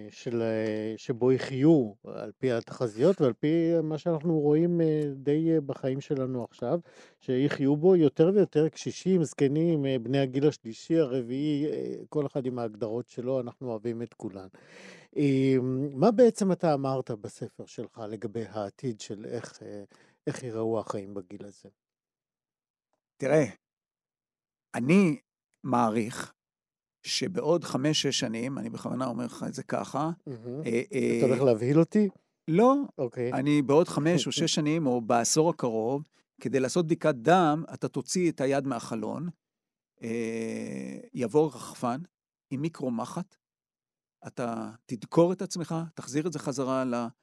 שבו יחיו, על פי התחזיות ועל פי מה שאנחנו רואים די בחיים שלנו עכשיו, שיחיו בו יותר ויותר קשישים, זקנים, בני הגיל השלישי, הרביעי, כל אחד עם ההגדרות שלו, אנחנו אוהבים את כולן. מה בעצם אתה אמרת בספר שלך לגבי העתיד של איך ייראו החיים בגיל הזה? תראה, אני מעריך שבעוד 5-6 שנים, אני בכוונה אומר לך את זה ככה, אתה הולך להבהיל אותי? לא, אוקיי. אני בעוד 5 או 6 שנים, או בעשור הקרוב, כדי לעשות בדיקת דם, אתה תוציא את היד מהחלון, יבוא רחפן עם מיקרו-מחט, אתה תדקור את עצמך, תחזיר את זה חזרה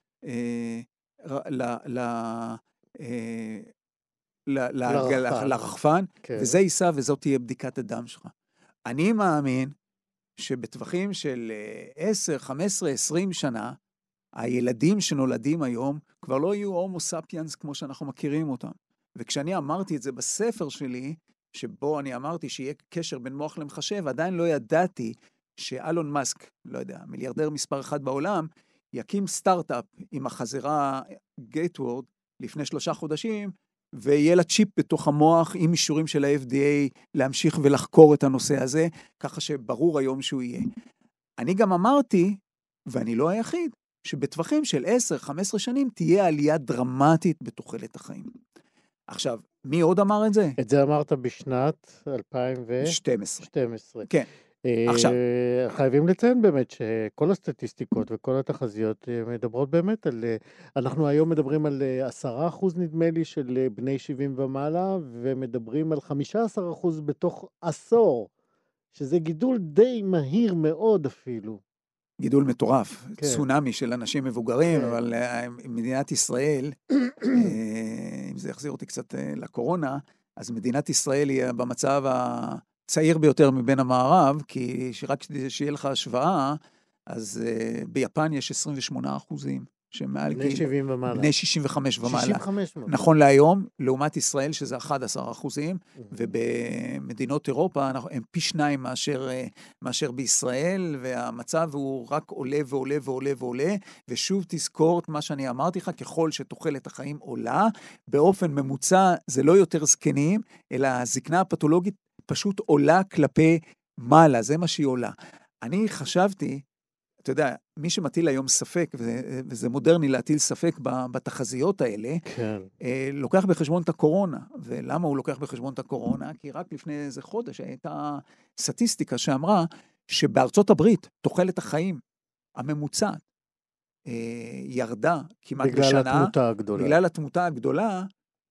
לרחפן, וזה ייסע וזאת תהיה בדיקת הדם שלך. אני מאמין שבטווחים של 10, 15, 20 שנה, הילדים שנולדים היום כבר לא יהיו הומו ספיאנס כמו שאנחנו מכירים אותם. וכשאני אמרתי את זה בספר שלי, שבו אני אמרתי שיהיה קשר בין מוח למחשב, עדיין לא ידעתי שאלון מאסק, לא יודע, מיליארדר מספר 1 בעולם, יקים סטארט-אפ עם החזרה גייטוורד לפני 3 חודשים, ויהיה לה צ'יפ בתוך המוח עם אישורים של ה-FDA להמשיך ולחקור את הנושא הזה, ככה שברור היום שהוא יהיה. אני גם אמרתי, ואני לא היחיד, שבטווחים של 10-15 שנים תהיה עלייה דרמטית בתוחלת החיים. עכשיו, מי עוד אמר את זה? את זה אמרת בשנת 2012. כן. עכשיו. חייבים לציין באמת שכל הסטטיסטיקות וכל התחזיות מדברות באמת על, אנחנו היום מדברים על 10% נדמה לי של בני 70 ומעלה, ומדברים על 15% בתוך עשור, שזה גידול די מהיר מאוד אפילו. גידול מטורף, כן. צונמי של אנשים מבוגרים, כן. אבל מדינת ישראל, אם זה יחזיר אותי קצת לקורונה, אז מדינת ישראל היא במצב הצעיר ביותר מבין המערב, כי רק שיהיה לך השוואה, אז ביפן יש 28% שמעל בני 70 ומעלה. בני 65 ומעלה. 65 ומעלה. נכון להיום, לעומת ישראל, שזה 11%, ובמדינות אירופה הם פי 2 מאשר בישראל, והמצב הוא רק עולה ועולה ועולה ועולה, ושוב תזכור את מה שאני אמרתי לך, ככל שתוחלת החיים עולה, באופן ממוצע זה לא יותר זקנים, אלא הזקנה הפתולוגית פשוט עולה כלפי מעלה, זה מה שהיא עולה. אני חשבתי, אתה יודע, מי שמטיל היום ספק, וזה מודרני להטיל ספק בתחזיות האלה, כן. לוקח בחשבון את הקורונה. ולמה הוא לוקח בחשבון את הקורונה? כי רק לפני איזה חודש הייתה סטטיסטיקה שאמרה שבארצות הברית תוחלת החיים הממוצעת ירדה כמעט בגלל בשנה. התמותה הגדולה. בגלל התמותה הגדולה,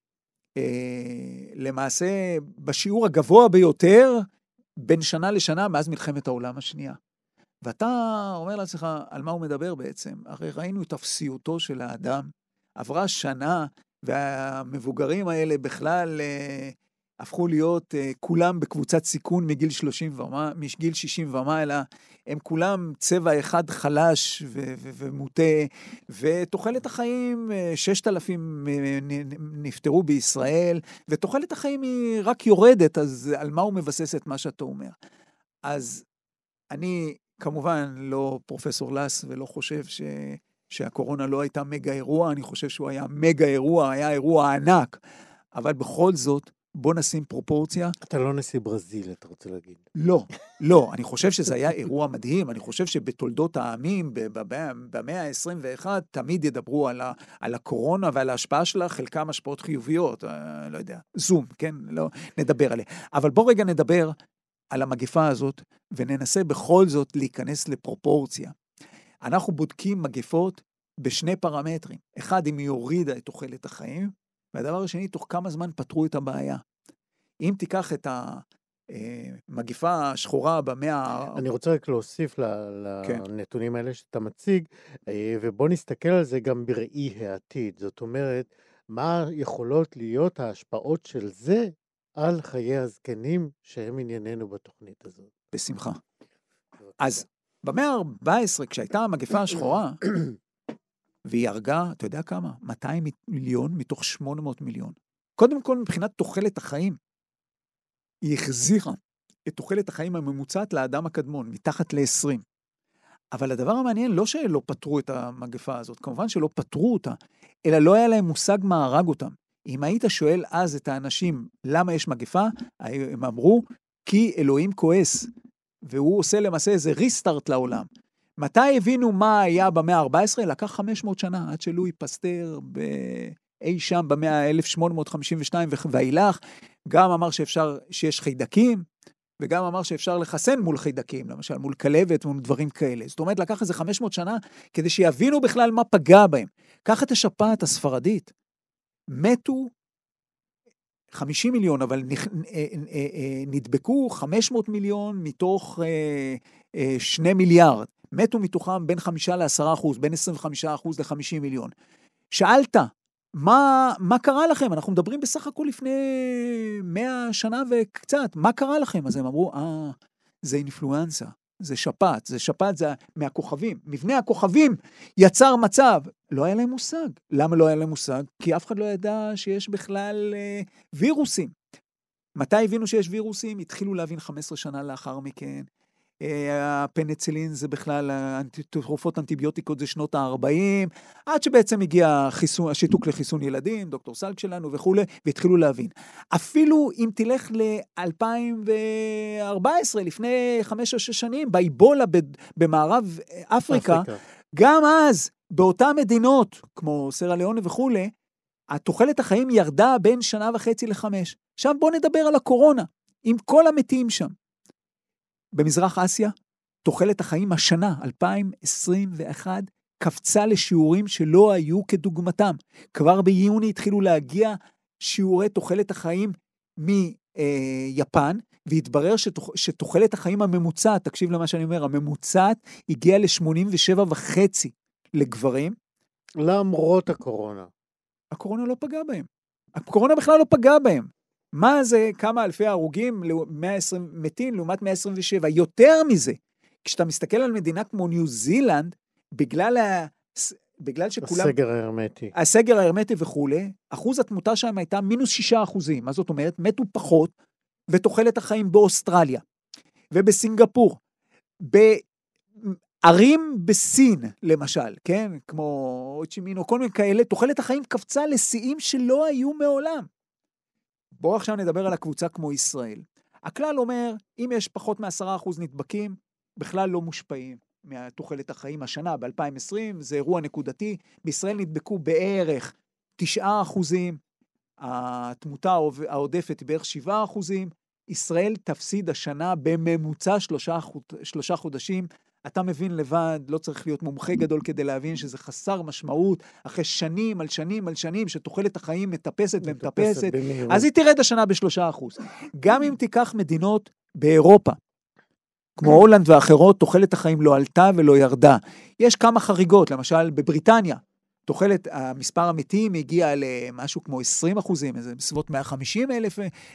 למעשה בשיעור הגבוה ביותר בין שנה לשנה מאז מלחמת העולם השנייה. ואתה אומר לעצמך, על מה הוא מדבר בעצם? הרי ראינו את אפסיותו של האדם, עברה שנה, והמבוגרים האלה בכלל הפכו להיות כולם בקבוצת סיכון מגיל 60 ומעלה, הם כולם צבע אחד חלש ומוטה, ותוחלת החיים, 6,000 נפטרו בישראל, ותוחלת החיים היא רק יורדת, אז על מה הוא מבסס את מה שאתה אומר? אז אני כמובן לא פרופסור לס, ולא חושב שהקורונה לא הייתה מגה אירוע, אני חושב שהוא היה מגה אירוע, היה אירוע ענק, אבל בכל זאת, בוא נשים פרופורציה. אתה לא נשיא ברזיל, אתה רוצה להגיד. לא, אני חושב שזה היה אירוע מדהים, אני חושב שבתולדות העמים, במאה ה-21, תמיד ידברו על הקורונה ועל ההשפעה שלה, חלקם השפעות חיוביות, לא יודע, זום, כן? לא נדבר עליה. אבל בוא רגע נדבר על המגפה הזאת, וננסה בכל זאת להיכנס לפרופורציה. אנחנו בודקים מגפות בשני פרמטרים. אחד, אם היא הורידה את תוחלת החיים, והדבר השני, תוך כמה זמן פתרו את הבעיה. אם תיקח את המגפה השחורה במאה... אני רוצה רק להוסיף לנתונים האלה שאתה מציג, ובוא נסתכל על זה גם בראי העתיד. זאת אומרת, מה יכולות להיות ההשפעות של זה על חיי הזקנים שהם ענייננו בתוכנית הזאת. בשמחה. אז במאה ה-14, כשהייתה המגפה השחורה, והיא הרגה, אתה יודע כמה? 200 מיליון מתוך 800 מיליון. קודם כל, מבחינת תוחלת החיים, היא החזירה את תוחלת החיים הממוצעת לאדם הקדמון, מתחת ל-20. אבל הדבר המעניין, לא שלא פתרו את המגפה הזאת, כמובן שלא פתרו אותה, אלא לא היה להם מושג מה הרג אותם. אם היית שואל אז את האנשים, למה יש מגפה? הם אמרו, כי אלוהים כועס, והוא עושה למעשה איזה ריסטארט לעולם. מתי הבינו מה היה במאה ה-14? לקח 500 שנה, עד שלואי פסטר אי שם במאה ה-1852 ואילך, גם אמר שיש חיידקים, וגם אמר שאפשר לחסן מול חידקים, למשל מול כלבת ומול דברים כאלה. זאת אומרת, לקח איזה 500 שנה כדי שיבינו בכלל מה פגע בהם. קח את השפעת הספרדית. מתו 50 מיליון, אבל נדבקו 500 מיליון מתוך 2 מיליארד. מתו מתוכם בין 5-10%, בין 25% ל-50 מיליון. שאלת, מה קרה לכם? אנחנו מדברים בסך הכל לפני 100 שנה וקצת. מה קרה לכם? אז הם אמרו, זה אינפלואנסה, זה שפעת, זה מהכוכבים. מבנה הכוכבים יצר מצב. לא היה להם מושג. למה לא היה להם מושג? כי אף אחד לא ידע שיש בכלל וירוסים. מתי הבינו שיש וירוסים? התחילו להבין 15 שנה לאחר מכן. הפניצילין זה בכלל, תרופות אנטיביוטיקות זה שנות ה-40, עד שבעצם הגיע השיתוק לחיסון ילדים, דוקטור סלק שלנו וכו', והתחילו להבין. אפילו אם תלך ל-2014, לפני 5 או 6 שנים, באיבולה במערב אפריקה, גם אז, באותן מדינות, כמו סרה ליאונה וכו', התוחלת החיים ירדה בין 1.5 ל-5. עכשיו בואו נדבר על הקורונה, עם כל המתים שם. במזרח אסיה, תוחלת החיים השנה, 2021, קפצה לשיעורים שלא היו כדוגמתם. כבר ביוני התחילו להגיע שיעורי תוחלת החיים מיפן, והתברר שתוחלת החיים הממוצעת, תקשיב למה שאני אומר, הממוצעת הגיעה ל-87.5 לגברים. למרות הקורונה. הקורונה לא פגעה בהם. הקורונה בכלל לא פגעה בהם. מה זה כמה אלפי הרוגים, 120 מתים לעומת 127, יותר מזה. כשאתה מסתכל על מדינה כמו ניו זילנד, בגלל שכולם... הסגר ההרמטי וכו', אחוז התמותה שם הייתה -6%. מה זאת אומרת? מתו פחות, ותוחלת החיים באוסטרליה, ובסינגפור, בערים בסין, למשל, כן? כמו אוצ'ימין או כל מיני כאלה, תוחלת החיים קפצה לשיאים שלא היו מעולם. בואו עכשיו נדבר על הקבוצה כמו ישראל. הכלל אומר, אם יש פחות מ10% נדבקים, בכלל לא מושפעים מהתוחלת החיים השנה, ב-2020, זה אירוע נקודתי, בישראל נדבקו בערך 9%, התמותה העודפת היא בערך 7%, ישראל תפסיד השנה בממוצע 3 חודשים, אתה מבין לבד, לא צריך להיות מומחה גדול כדי להבין שזה חסר משמעות, אחרי שנים על שנים על שנים, שתוחלת החיים מטפסת ומטפסת, אז היא תרד השנה ב3%. גם אם תיקח מדינות באירופה, כמו הולנד ואחרות, תוחלת החיים לא עלתה ולא ירדה. יש כמה חריגות, למשל בבריטניה, תוחלת, המספר המתים הגיע למשהו כמו 20%, איזה בסביבות 150,000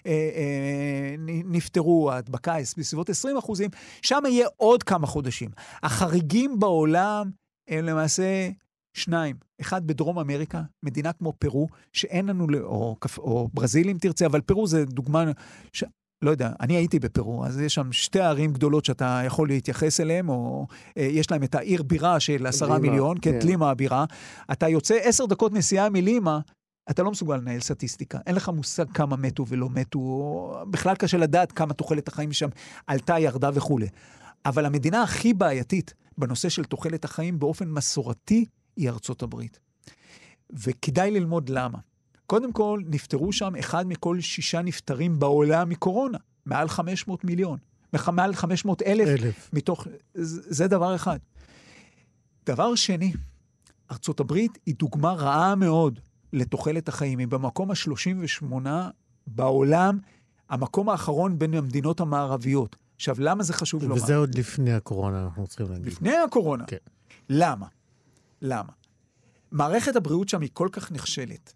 נפטרו, ההדבקה בסביבות 20%, שם יהיה עוד כמה חודשים. החריגים בעולם הם למעשה 2. אחד בדרום אמריקה, מדינה כמו פרו, שאין לנו, או ברזיל אם תרצה, אבל פרו זה דוגמה, לא יודע, אני הייתי בפרו, אז יש שם 2 ערים גדולות שאתה יכול להתייחס אליהן, או יש להם את העיר בירה של 10 מיליון, כן, לימה הבירה, אתה יוצא 10 דקות נסיעה מלימה, אתה לא מסוגל לנהל סטטיסטיקה, אין לך מושג כמה מתו ולא מתו, בכלל קשה לדעת כמה תוחלת החיים שם עלתה, ירדה וכו'. אבל המדינה הכי בעייתית בנושא של תוחלת החיים באופן מסורתי היא ארצות הברית. וכדאי ללמוד למה. קודם כל, נפטרו שם 1 מכל 6 נפטרים בעולם מקורונה, מעל 500 מיליון, מעל 500,000 מתוך, זה דבר אחד. דבר שני, ארצות הברית היא דוגמה רעה מאוד לתוחלת החיים, היא במקום ה-38 בעולם, המקום האחרון בין המדינות המערביות. עכשיו, למה זה חשוב לומר? וזה עוד לפני הקורונה, אנחנו צריכים להגיד. לפני הקורונה. כן. למה? למה? מערכת הבריאות שם היא כל כך נכשלת.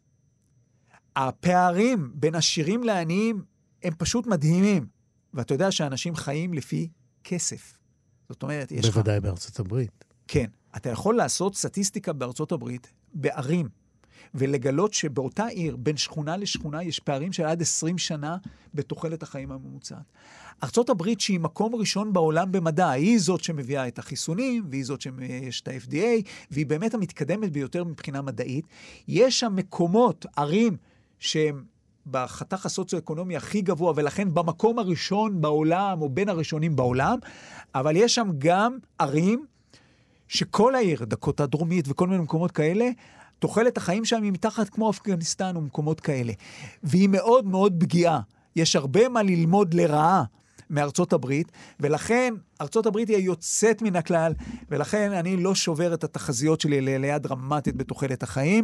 הפערים בין עשירים לעניים הם פשוט מדהימים. ואתה יודע שאנשים חיים לפי כסף. זאת אומרת, יש בוודאי בארצות הברית. כן. אתה יכול לעשות סטטיסטיקה בארצות הברית, בערים, ולגלות שבאותה עיר, בין שכונה לשכונה, יש פערים של עד 20 שנה בתוחלת החיים הממוצעת. ארצות הברית שהיא מקום ראשון בעולם במדע, היא זאת שמביאה את החיסונים, והיא זאת שיש את ה-FDA, והיא באמת המתקדמת ביותר מבחינה מדעית. יש שם מקומות, ערים, שהם בחתך הסוציו-אקונומי הכי גבוה, ולכן במקום הראשון בעולם, או בין הראשונים בעולם, אבל יש שם גם ערים, שכל העיר, דקוטה דרומית וכל מיני מקומות כאלה, תוחלת החיים שם היא מתחת כמו אפגניסטן ומקומות כאלה. והיא מאוד מאוד פגיעה. יש הרבה מה ללמוד לרעה מארצות הברית, ולכן ארצות הברית היא יוצאת מן הכלל, ולכן אני לא שובר את התחזיות שלי לעלייה דרמטית בתוחלת החיים,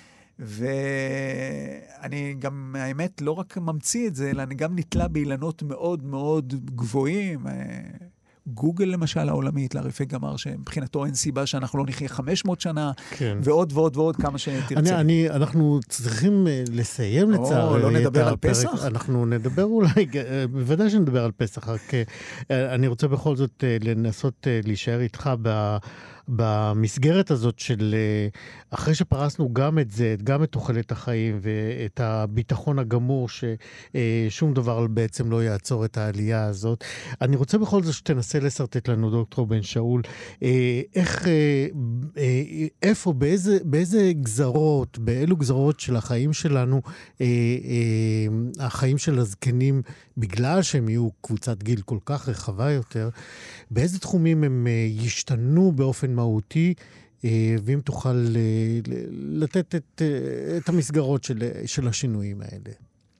ואני גם, האמת, לא רק ממציא את זה, אלא אני גם נתלה באילנות מאוד מאוד גבוהים. גוגל למשל העולמית, לעריפי גמר, שמבחינתו אין סיבה שאנחנו לא נחיה 500 שנה, כן. ועוד ועוד ועוד כמה שתרצה. אנחנו צריכים לסיים לצערי. לא נדבר על פסח? אנחנו נדבר אולי, בוודאי שנדבר על פסח, רק אני רוצה בכל זאת לנסות להישאר איתך במסגרת הזאת של, אחרי שפרסנו גם את זה, גם את תוחלת החיים ואת הביטחון הגמור ששום דבר בעצם לא יעצור את העלייה הזאת. אני רוצה בכל זאת שתנסה לסרטט לנו, דוקטור בן שאול, איפה, באיזה גזרות, באילו גזרות של החיים שלנו, החיים של הזקנים, בגלל שהם יהיו קבוצת גיל כל כך רחבה יותר, באיזה תחומים הם ישתנו באופן מהותי, ואם תוכל לתת את המסגרות של השינויים האלה.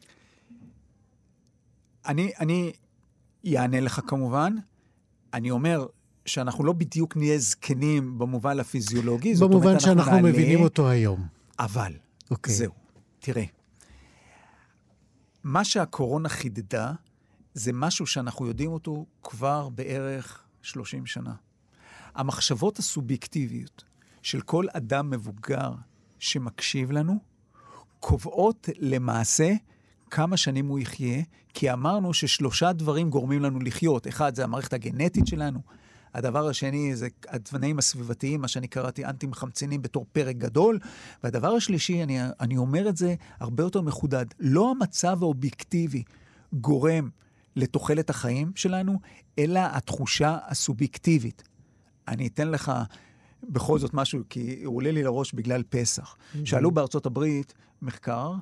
אני יענה לך כמובן. אני אומר שאנחנו לא בדיוק נהיה זקנים במובן הפיזיולוגי. במובן שאנחנו מבינים אותו היום. אבל, זהו, תראה. מה שהקורונה חידדה, זה משהו שאנחנו יודעים אותו כבר בערך 30 שנה. המחשבות הסובייקטיביות של כל אדם מבוגר שמקשיב לנו, קובעות למעשה כמה שנים הוא יחיה, כי אמרנו ששלושה דברים גורמים לנו לחיות. אחד, זה המערכת הגנטית שלנו. הדבר השני זה התוואים הסביבתיים, מה שאני קראתי אנטי-מחמצנים בתור פרק גדול. והדבר השלישי, אני אומר את זה הרבה יותר מחודד. לא המצב האובייקטיבי גורם לתוחלת החיים שלנו, אלא התחושה הסובייקטיבית. אני אתן לך בכל זאת משהו, כי הוא עולה לי לראש בגלל פסח. שאלו בארצות הברית מחקר,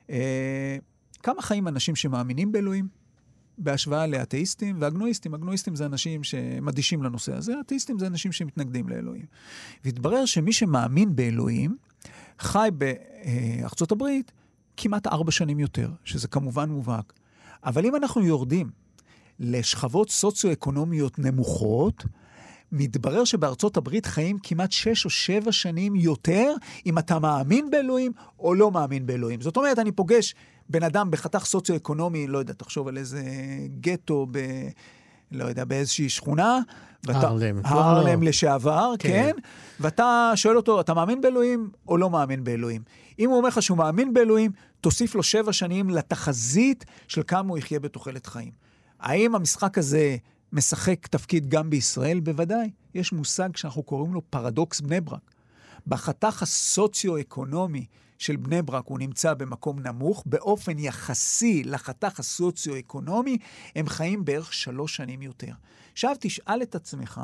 כמה חיים אנשים שמאמינים באלוהים, בהשוואה לאתאיסטים ואגנואיסטים. אגנואיסטים זה אנשים שמדישים לנושא הזה, אתאיסטים זה אנשים שמתנגדים לאלוהים. והתברר שמי שמאמין באלוהים, חי בארצות הברית כמעט 4 שנים יותר, שזה כמובן מובהק. אבל אם אנחנו יורדים לשכבות סוציו-אקונומיות נמוכות, מתברר שבארצות הברית חיים כמעט 6 או 7 שנים יותר, אם אתה מאמין באלוהים או לא מאמין באלוהים. זאת אומרת, אני פוגש בן אדם בחתך סוציו-אקונומי, לא יודע, תחשוב על איזה גטו, לא יודע, באיזושהי שכונה, הרלם לשעבר, כן? ואתה שואל אותו, אתה מאמין באלוהים או לא מאמין באלוהים? אם הוא אומר לך שהוא מאמין באלוהים, תוסיף לו 7 שנים לתחזית של כמה הוא יחיה בתוחלת חיים. האם המשחק הזה משחק תפקיד גם בישראל? בוודאי. יש מושג שאנחנו קוראים לו פרדוקס בני ברק. בחתך הסוציו-אקונומי של בני ברק הוא נמצא במקום נמוך, באופן יחסי לחתך הסוציו-אקונומי, הם חיים בערך 3 שנים יותר. עכשיו תשאל את עצמך,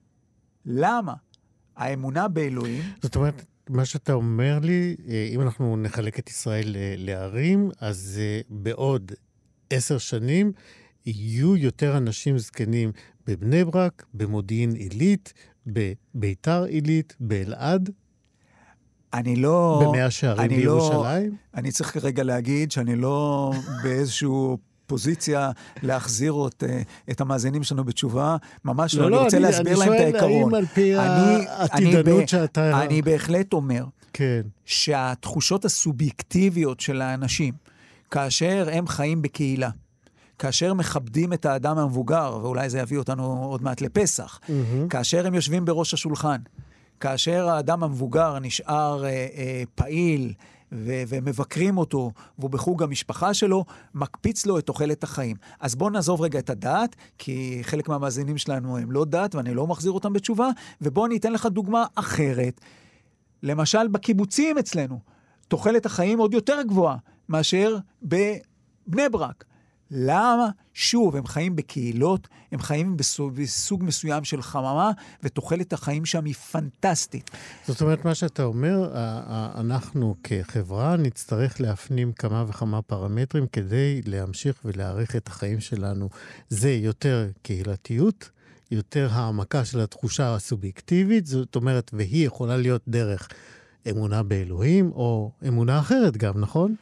למה האמונה באלוהים... זאת אומרת, מה שאתה אומר לי, אם אנחנו נחלק את ישראל לערים, אז בעוד 10 שנים, יהיו יותר אנשים זקנים בבני ברק, במודיעין עילית, בביתר עילית, באלעד, אני לא... במאה שערים בירושלים? אני צריך כרגע להגיד שאני לא באיזשהו פוזיציה להחזיר את המאזינים שלנו בתשובה. ממש לא, אני רוצה להסביר להם את העיקרון. האם על פי העתידנות שאתה... אני בהחלט אומר, כן. שהתחושות הסובייקטיביות של האנשים, כאשר הם חיים בקהילה, כאשר מכבדים את האדם המבוגר, ואולי זה יביא אותנו עוד מעט לפסח, כאשר הם יושבים בראש השולחן, כאשר האדם המבוגר נשאר פעיל ומבקרים אותו, והוא בחוג המשפחה שלו, מקפיץ לו את תוחלת החיים. אז בואו נעזוב רגע את הדעת, כי חלק מהמאזינים שלנו הם לא דעת, ואני לא מחזיר אותם בתשובה, ובואו אני אתן לך דוגמה אחרת. למשל, בקיבוצים אצלנו, תוחלת החיים עוד יותר גבוהה, מאשר בבני ברק. למה? שוב, הם חיים בקהילות, הם חיים בסוג מסוים של חממה, ותוחלת החיים שם היא פנטסטית. זאת אומרת, מה שאתה אומר, אנחנו כחברה נצטרך להפנים כמה וכמה פרמטרים כדי להמשיך ולהעריך את החיים שלנו. זה יותר קהילתיות, יותר העמקה של התחושה הסובייקטיבית, זאת אומרת, והיא יכולה להיות דרך אמונה באלוהים, או אמונה אחרת גם, נכון?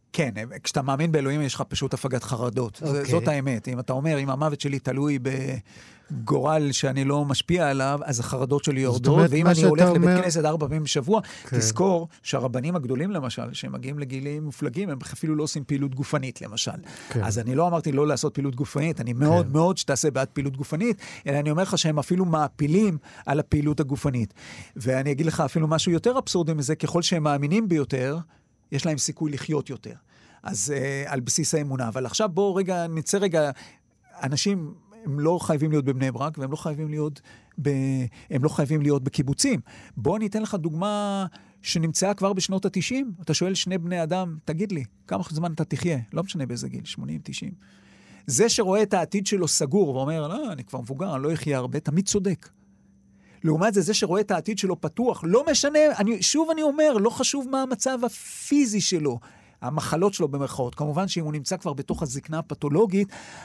כן, כשאתה מאמין באלוהים, יש לך פשוט הפגת חרדות. זאת האמת. אם אתה אומר, אם המוות שלי תלוי בגורל שאני לא משפיע עליו, אז החרדות שלי יורדות, ואם אני הולך לבית כנסת 4 פעמים בשבוע, תזכור שהרבנים הגדולים, למשל, שהם מגיעים לגילים מופלגים, הם אפילו לא עושים פעילות גופנית, למשל. אז אני לא אמרתי לא לעשות פעילות גופנית, אני מאוד מאוד שתעשה בעד פעילות גופנית, אלא אני אומר לך שהם אפילו מעפילים על הפעילות הגופנית. ואני אגיד לך אפילו משהו יותר אבסורדי מזה, ככל שהם מאמינים ביותר, יש להם סיכוי לחיות יותר. אז על בסיס האמונה. אבל עכשיו בואו נצא רגע, אנשים הם לא חייבים להיות בבני ברק, והם לא חייבים להיות בקיבוצים. בואו אני אתן לך דוגמה שנמצאה כבר בשנות ה-90. אתה שואל 2 בני אדם, תגיד לי, כמה זמן אתה תחיה? לא משנה באיזה גיל, 80, 90. זה שרואה את העתיד שלו סגור, ואומר, לא, אני כבר מבוגר, אני לא אחיה הרבה, תמיד צודק. לעומת זה שרואה את העתיד שלו פתוח, לא משנה, שוב אני אומר, לא חשוב מה המצב הפיזי שלו, המחלות שלו במרכאות. כמובן שאם הוא נמצא כבר בתוך הזקנה הפתולוגית,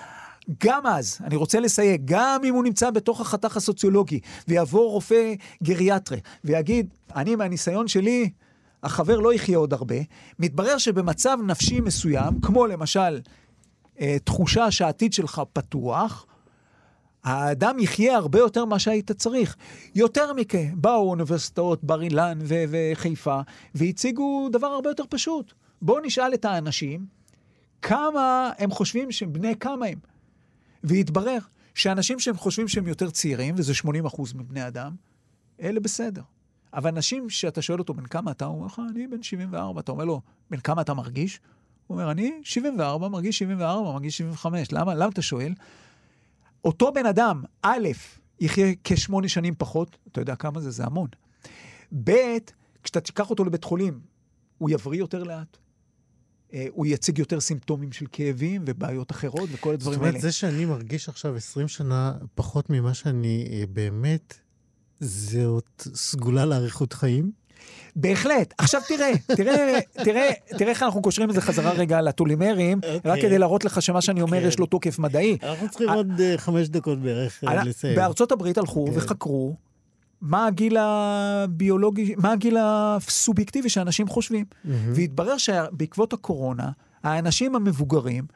גם אז, אני רוצה לסייג, גם אם הוא נמצא בתוך החתך הסוציולוגי, ויעבור רופא גריאטרי, ויגיד, אני מהניסיון שלי, החבר לא יחיה עוד הרבה, מתברר שבמצב נפשי מסוים, כמו למשל, תחושה שהעתיד שלך פתוח, האדם יחיה הרבה יותר מה שהיית צריך. יותר מכך, באו אוניברסיטאות בר אילן וחיפה, והציגו דבר הרבה יותר פשוט. בואו נשאל את האנשים, כמה הם חושבים שהם בני כמה הם. והתברר שאנשים שהם חושבים שהם יותר צעירים, וזה 80% מבני אדם, אלה בסדר. אבל אנשים שאתה שואל אותו, בן כמה אתה? הוא אומר לך, אני בן 74. אתה אומר לו, בן כמה אתה מרגיש? הוא אומר, אני 74, מרגיש 74, מרגיש 75. למה אתה שואל? אותו בן אדם, א', יחיה כ8 שנים פחות, אתה יודע כמה זה? זה המון. ב', כשאתה תיקח אותו לבית חולים, הוא יבריא יותר לאט. הוא יציג יותר סימפטומים של כאבים ובעיות אחרות וכל הדברים האלה. זאת אומרת, זה שאני מרגיש עכשיו 20 שנה פחות ממה שאני באמת, זה עוד סגולה לאריכות חיים? בהחלט. עכשיו תראה איך אנחנו קושרים את זה חזרה רגע לטולימרים, רק כדי להראות לך שמה שאני אומר יש לו תוקף מדעי. אנחנו צריכים עוד 5 דקות בערך לסיים. בארצות הברית הלכו וחקרו מה הגיל הביולוגי, מה הגיל הסובייקטיבי שאנשים חושבים. והתברר שבעקבות הקורונה, האנשים המבוגרים,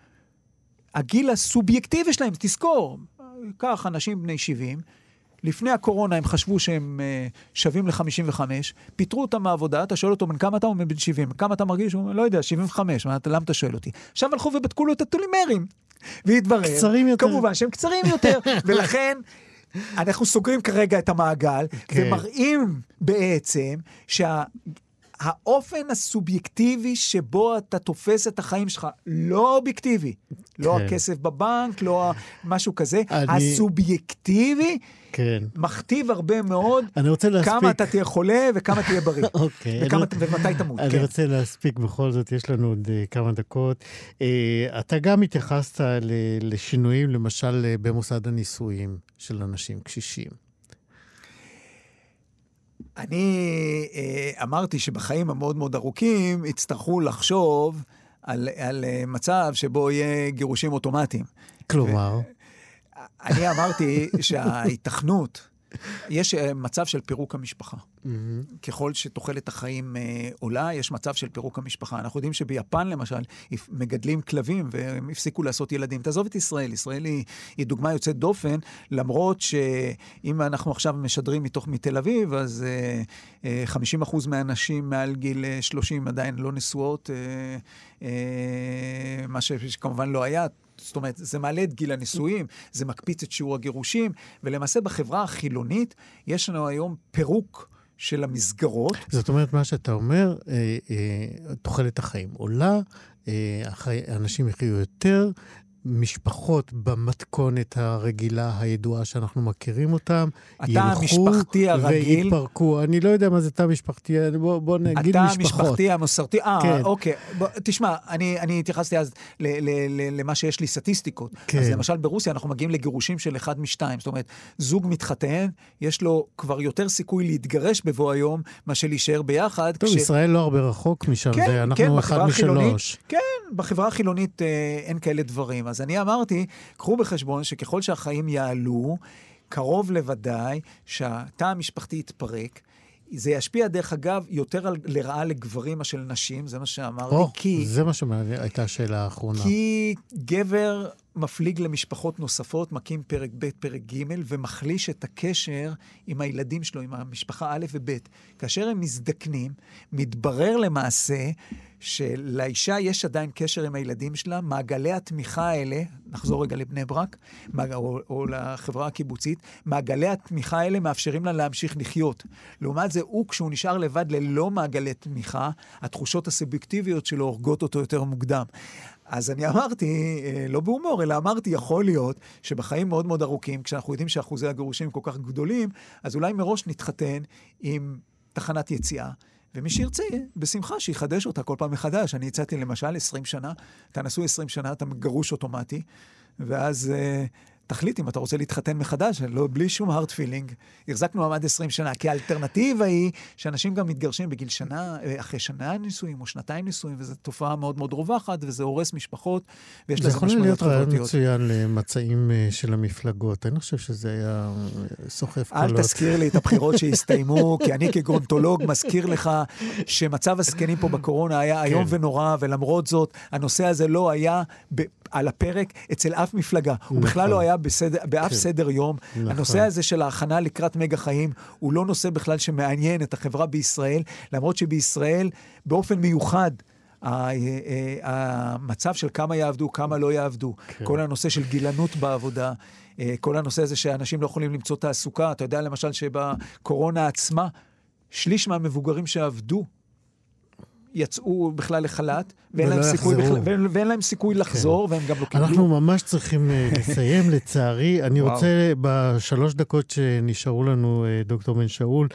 הגיל הסובייקטיבי שלהם, תזכור, כך אנשים בני 70, לפני הקורונה הם חשבו שהם שווים ל-55, פיתרו אותם מהעבודה, אתה שואל אותו, מן כמה אתה אומר בן 70, כמה אתה מרגיש? הוא אומר, לא יודע, 75, למה אתה שואל אותי? עכשיו הלכו ובדקו לו את הטולימרים, והתברר, כמובן שהם קצרים יותר, ולכן אנחנו סוגרים כרגע את המעגל, ומראים בעצם האופן הסובייקטיבי שבו אתה תופס את החיים שלך, לא אובייקטיבי, לא הכסף בבנק, לא משהו כזה, הסובייקטיבי מכתיב הרבה מאוד כמה אתה תהיה חולה וכמה תהיה בריא, ומתי תמות. אני רוצה להספיק בכל זאת, יש לנו עוד כמה דקות. אתה גם התייחסת לשינויים, למשל במוסד הנישואים של אנשים קשישים. אני אמרתי שבחיים המאוד מאוד ארוכים יצטרכו לחשוב על מצב שבו יהיה גירושים אוטומטיים. כלומר? אני אמרתי שההיתכנות, יש מצב של פירוק המשפחה. ככל שתוחלת החיים עולה, יש מצב של פירוק המשפחה. אנחנו יודעים שביפן למשל, מגדלים כלבים והם הפסיקו לעשות ילדים. תעזוב את ישראל. ישראל היא דוגמה יוצאת דופן, למרות שאם אנחנו עכשיו משדרים מתל אביב, אז 50% מהאנשים מעל גיל 30 עדיין לא נשואות, מה שכמובן לא היה. זאת אומרת, זה מעלה את גיל הנישואים, זה מקפיץ את שיעור הגירושים, ולמעשה בחברה החילונית יש לנו היום פירוק של המסגרות. זאת אומרת, מה שאתה אומר, תוחלת החיים עולה, אנשים יחיו יותר, משפחות במתכונת הרגילה, הידועה שאנחנו מכירים אותם, ילכו ויתפרקו. אני לא יודע מה זה תא משפחתי, בוא נגיד משפחות. התא המשפחתי המסורתי, אוקיי. תשמע, אני התייחסתי אז למה שיש לי סטטיסטיקות. אז למשל ברוסיה אנחנו מגיעים לגירושים של 1 מ-2. זאת אומרת, זוג מתחתן, יש לו כבר יותר סיכוי להתגרש בבוא היום, מה שלהישאר ביחד. טוב, ישראל לא הרבה רחוק משם, אנחנו 1 מ-3. כן, בחברה החילונית אין כאלה דברים. אז אני אמרתי, קחו בחשבון שככל שהחיים יעלו, קרוב לוודאי שהתא המשפחתי יתפרק, זה ישפיע, דרך אגב, יותר לרעה לגברים מאשר לנשים, זה מה שאמרתי. זה מה שהייתה השאלה האחרונה. כי גבר מפליג למשפחות נוספות, מקים פרק ב', פרק ג', ומחליש את הקשר עם הילדים שלו, עם המשפחה א' וב'. כאשר הם מזדקנים, מתברר למעשה שלאישה יש עדיין קשר עם הילדים שלה, מעגלי התמיכה האלה, נחזור רגע לבני ברק, או לחברה הקיבוצית, מעגלי התמיכה האלה מאפשרים לה להמשיך לחיות. לעומת זה, כשהוא נשאר לבד ללא מעגלי תמיכה, התחושות הסובייקטיביות שלו הורגות אותו יותר מוקדם. אז אני אמרתי, לא בהומור, אלא אמרתי, יכול להיות שבחיים מאוד מאוד ארוכים, כשאנחנו יודעים שאחוזי הגירושים כל כך גדולים, אז אולי מראש נתחתן עם תחנת יציאה, ומי שירצה, בשמחה, שיחדש אותה כל פעם מחדש. אני הצעתי למשל 20 שנה, אתה נשוי 20 שנה, אתה גרוש אוטומטי, ואז תחליט אם אתה רוצה להתחתן מחדש, לא, בלי שום hard feeling. החזקנו עמד 20 שנה, כי האלטרנטיבה היא שאנשים גם מתגרשים בגיל שנה, אחרי שנה נישואים או שנתיים נישואים, וזו תופעה מאוד מאוד רווחת, וזה הורס משפחות, ויש לזה משמעויות חברתיות. זה יכול להיות רעיון מצוין למצעים של המפלגות. אני חושב שזה היה סוחף קולות. אל תזכיר לי את הבחירות שהסתיימו, כי אני כגרונטולוג מזכיר לך שמצב הסקנים פה בקורונה היה איום ונורא, ולמרות זאת, הנושא הזה לא היה על הפרק אצל אף מפלגה. הוא בכלל לא היה באף סדר יום. הנושא הזה של ההכנה לקראת מגה חיים, הוא לא נושא בכלל שמעניין את החברה בישראל, למרות שבישראל, באופן מיוחד, המצב של כמה יעבדו, כמה לא יעבדו, כל הנושא של גילנות בעבודה, כל הנושא הזה שאנשים לא יכולים למצוא תעסוקה, אתה יודע למשל שבקורונה עצמה, שליש מהמבוגרים שעבדו, יצאו בכלל לחל"ת, ואין להם סיכוי לחזור, והם גם לא קיבלו. אנחנו ממש צריכים לסיים, לצערי. אני רוצה בשלוש דקות שנשארו לנו, דוקטור בן שאול,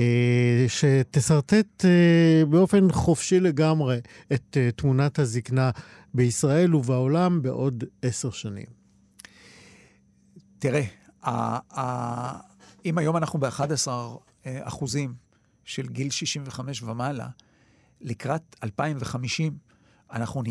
שתסרטט באופן חופשי לגמרי את תמונת הזקנה בישראל ובעולם בעוד 10 שנים. תראה, אם היום אנחנו ב-11% של גיל 65 ומעלה, לקראת 2050, אנחנו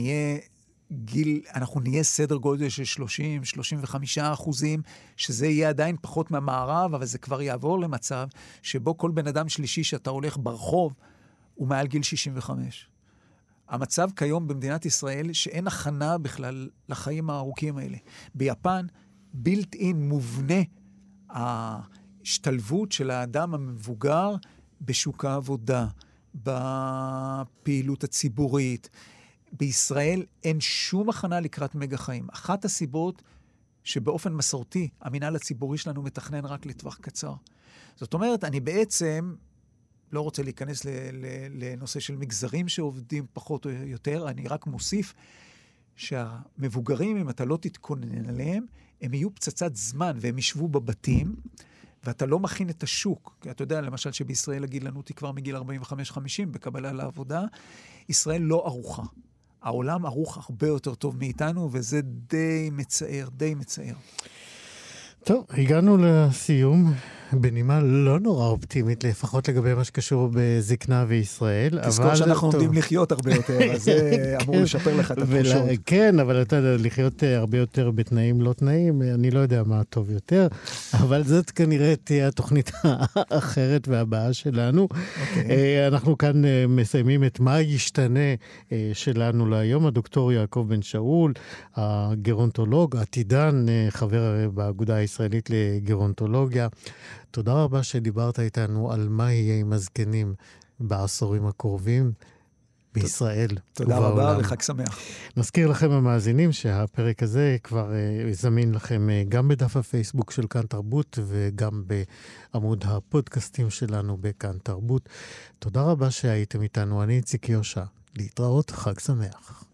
נהיה סדר גודל של 30-35%, שזה יהיה עדיין פחות מהמערב, אבל זה כבר יעבור למצב שבו כל בן אדם שלישי שאתה הולך ברחוב, הוא מעל גיל 65. המצב כיום במדינת ישראל, שאין הכנה בכלל לחיים הארוכים האלה. ביפן, בילט אין מובנה ההשתלבות של האדם המבוגר בשוק העבודה, בפעילות הציבורית. בישראל אין שום הכנה לקראת מגה חיים. אחת הסיבות שבאופן מסורתי המינהל הציבורי שלנו מתכנן רק לטווח קצר. זאת אומרת, אני בעצם לא רוצה להיכנס לנושא של מגזרים שעובדים פחות או יותר, אני רק מוסיף שהמבוגרים, אם אתה לא תתכונן עליהם, הם יהיו פצצת זמן והם ישבו בבתים, ואתה לא מכין את השוק. כי אתה יודע, למשל שבישראל הגילנות היא כבר מגיל 45-50 בקבלה לעבודה. ישראל לא ערוכה. העולם ערוך הרבה יותר טוב מאיתנו, וזה די מצער, די מצער. טוב, הגענו לסיום בנימה לא נורא אופטימית, לפחות לגבי מה שקשור בזקנה וישראל. תזכור שאנחנו עומדים לחיות הרבה יותר, אז זה אמור לשפר לך את התחושות. כן, אבל אתה יודע, לחיות הרבה יותר בתנאים לא תנאים, אני לא יודע מה טוב יותר, אבל זאת כנראה תהיה התוכנית האחרת והבאה שלנו. אנחנו כאן מסיימים את מה ישתנה שלנו להיום. הדוקטור יעקב בן שאול, הגרונטולוג, עתידן, חבר באגודה הישראלית לגרונטולוגיה. תודה רבה שדיברת איתנו על מה יהיה עם הזקנים בעשורים הקרובים בישראל תודה רבה וחג שמח. נזכיר לכם המאזינים שהפרק הזה כבר זמין לכם גם בדף הפייסבוק של כאן תרבות וגם בעמוד הפודקאסטים שלנו בכאן תרבות. תודה רבה שהייתם איתנו, אני איציק יושע. להתראות, חג שמח.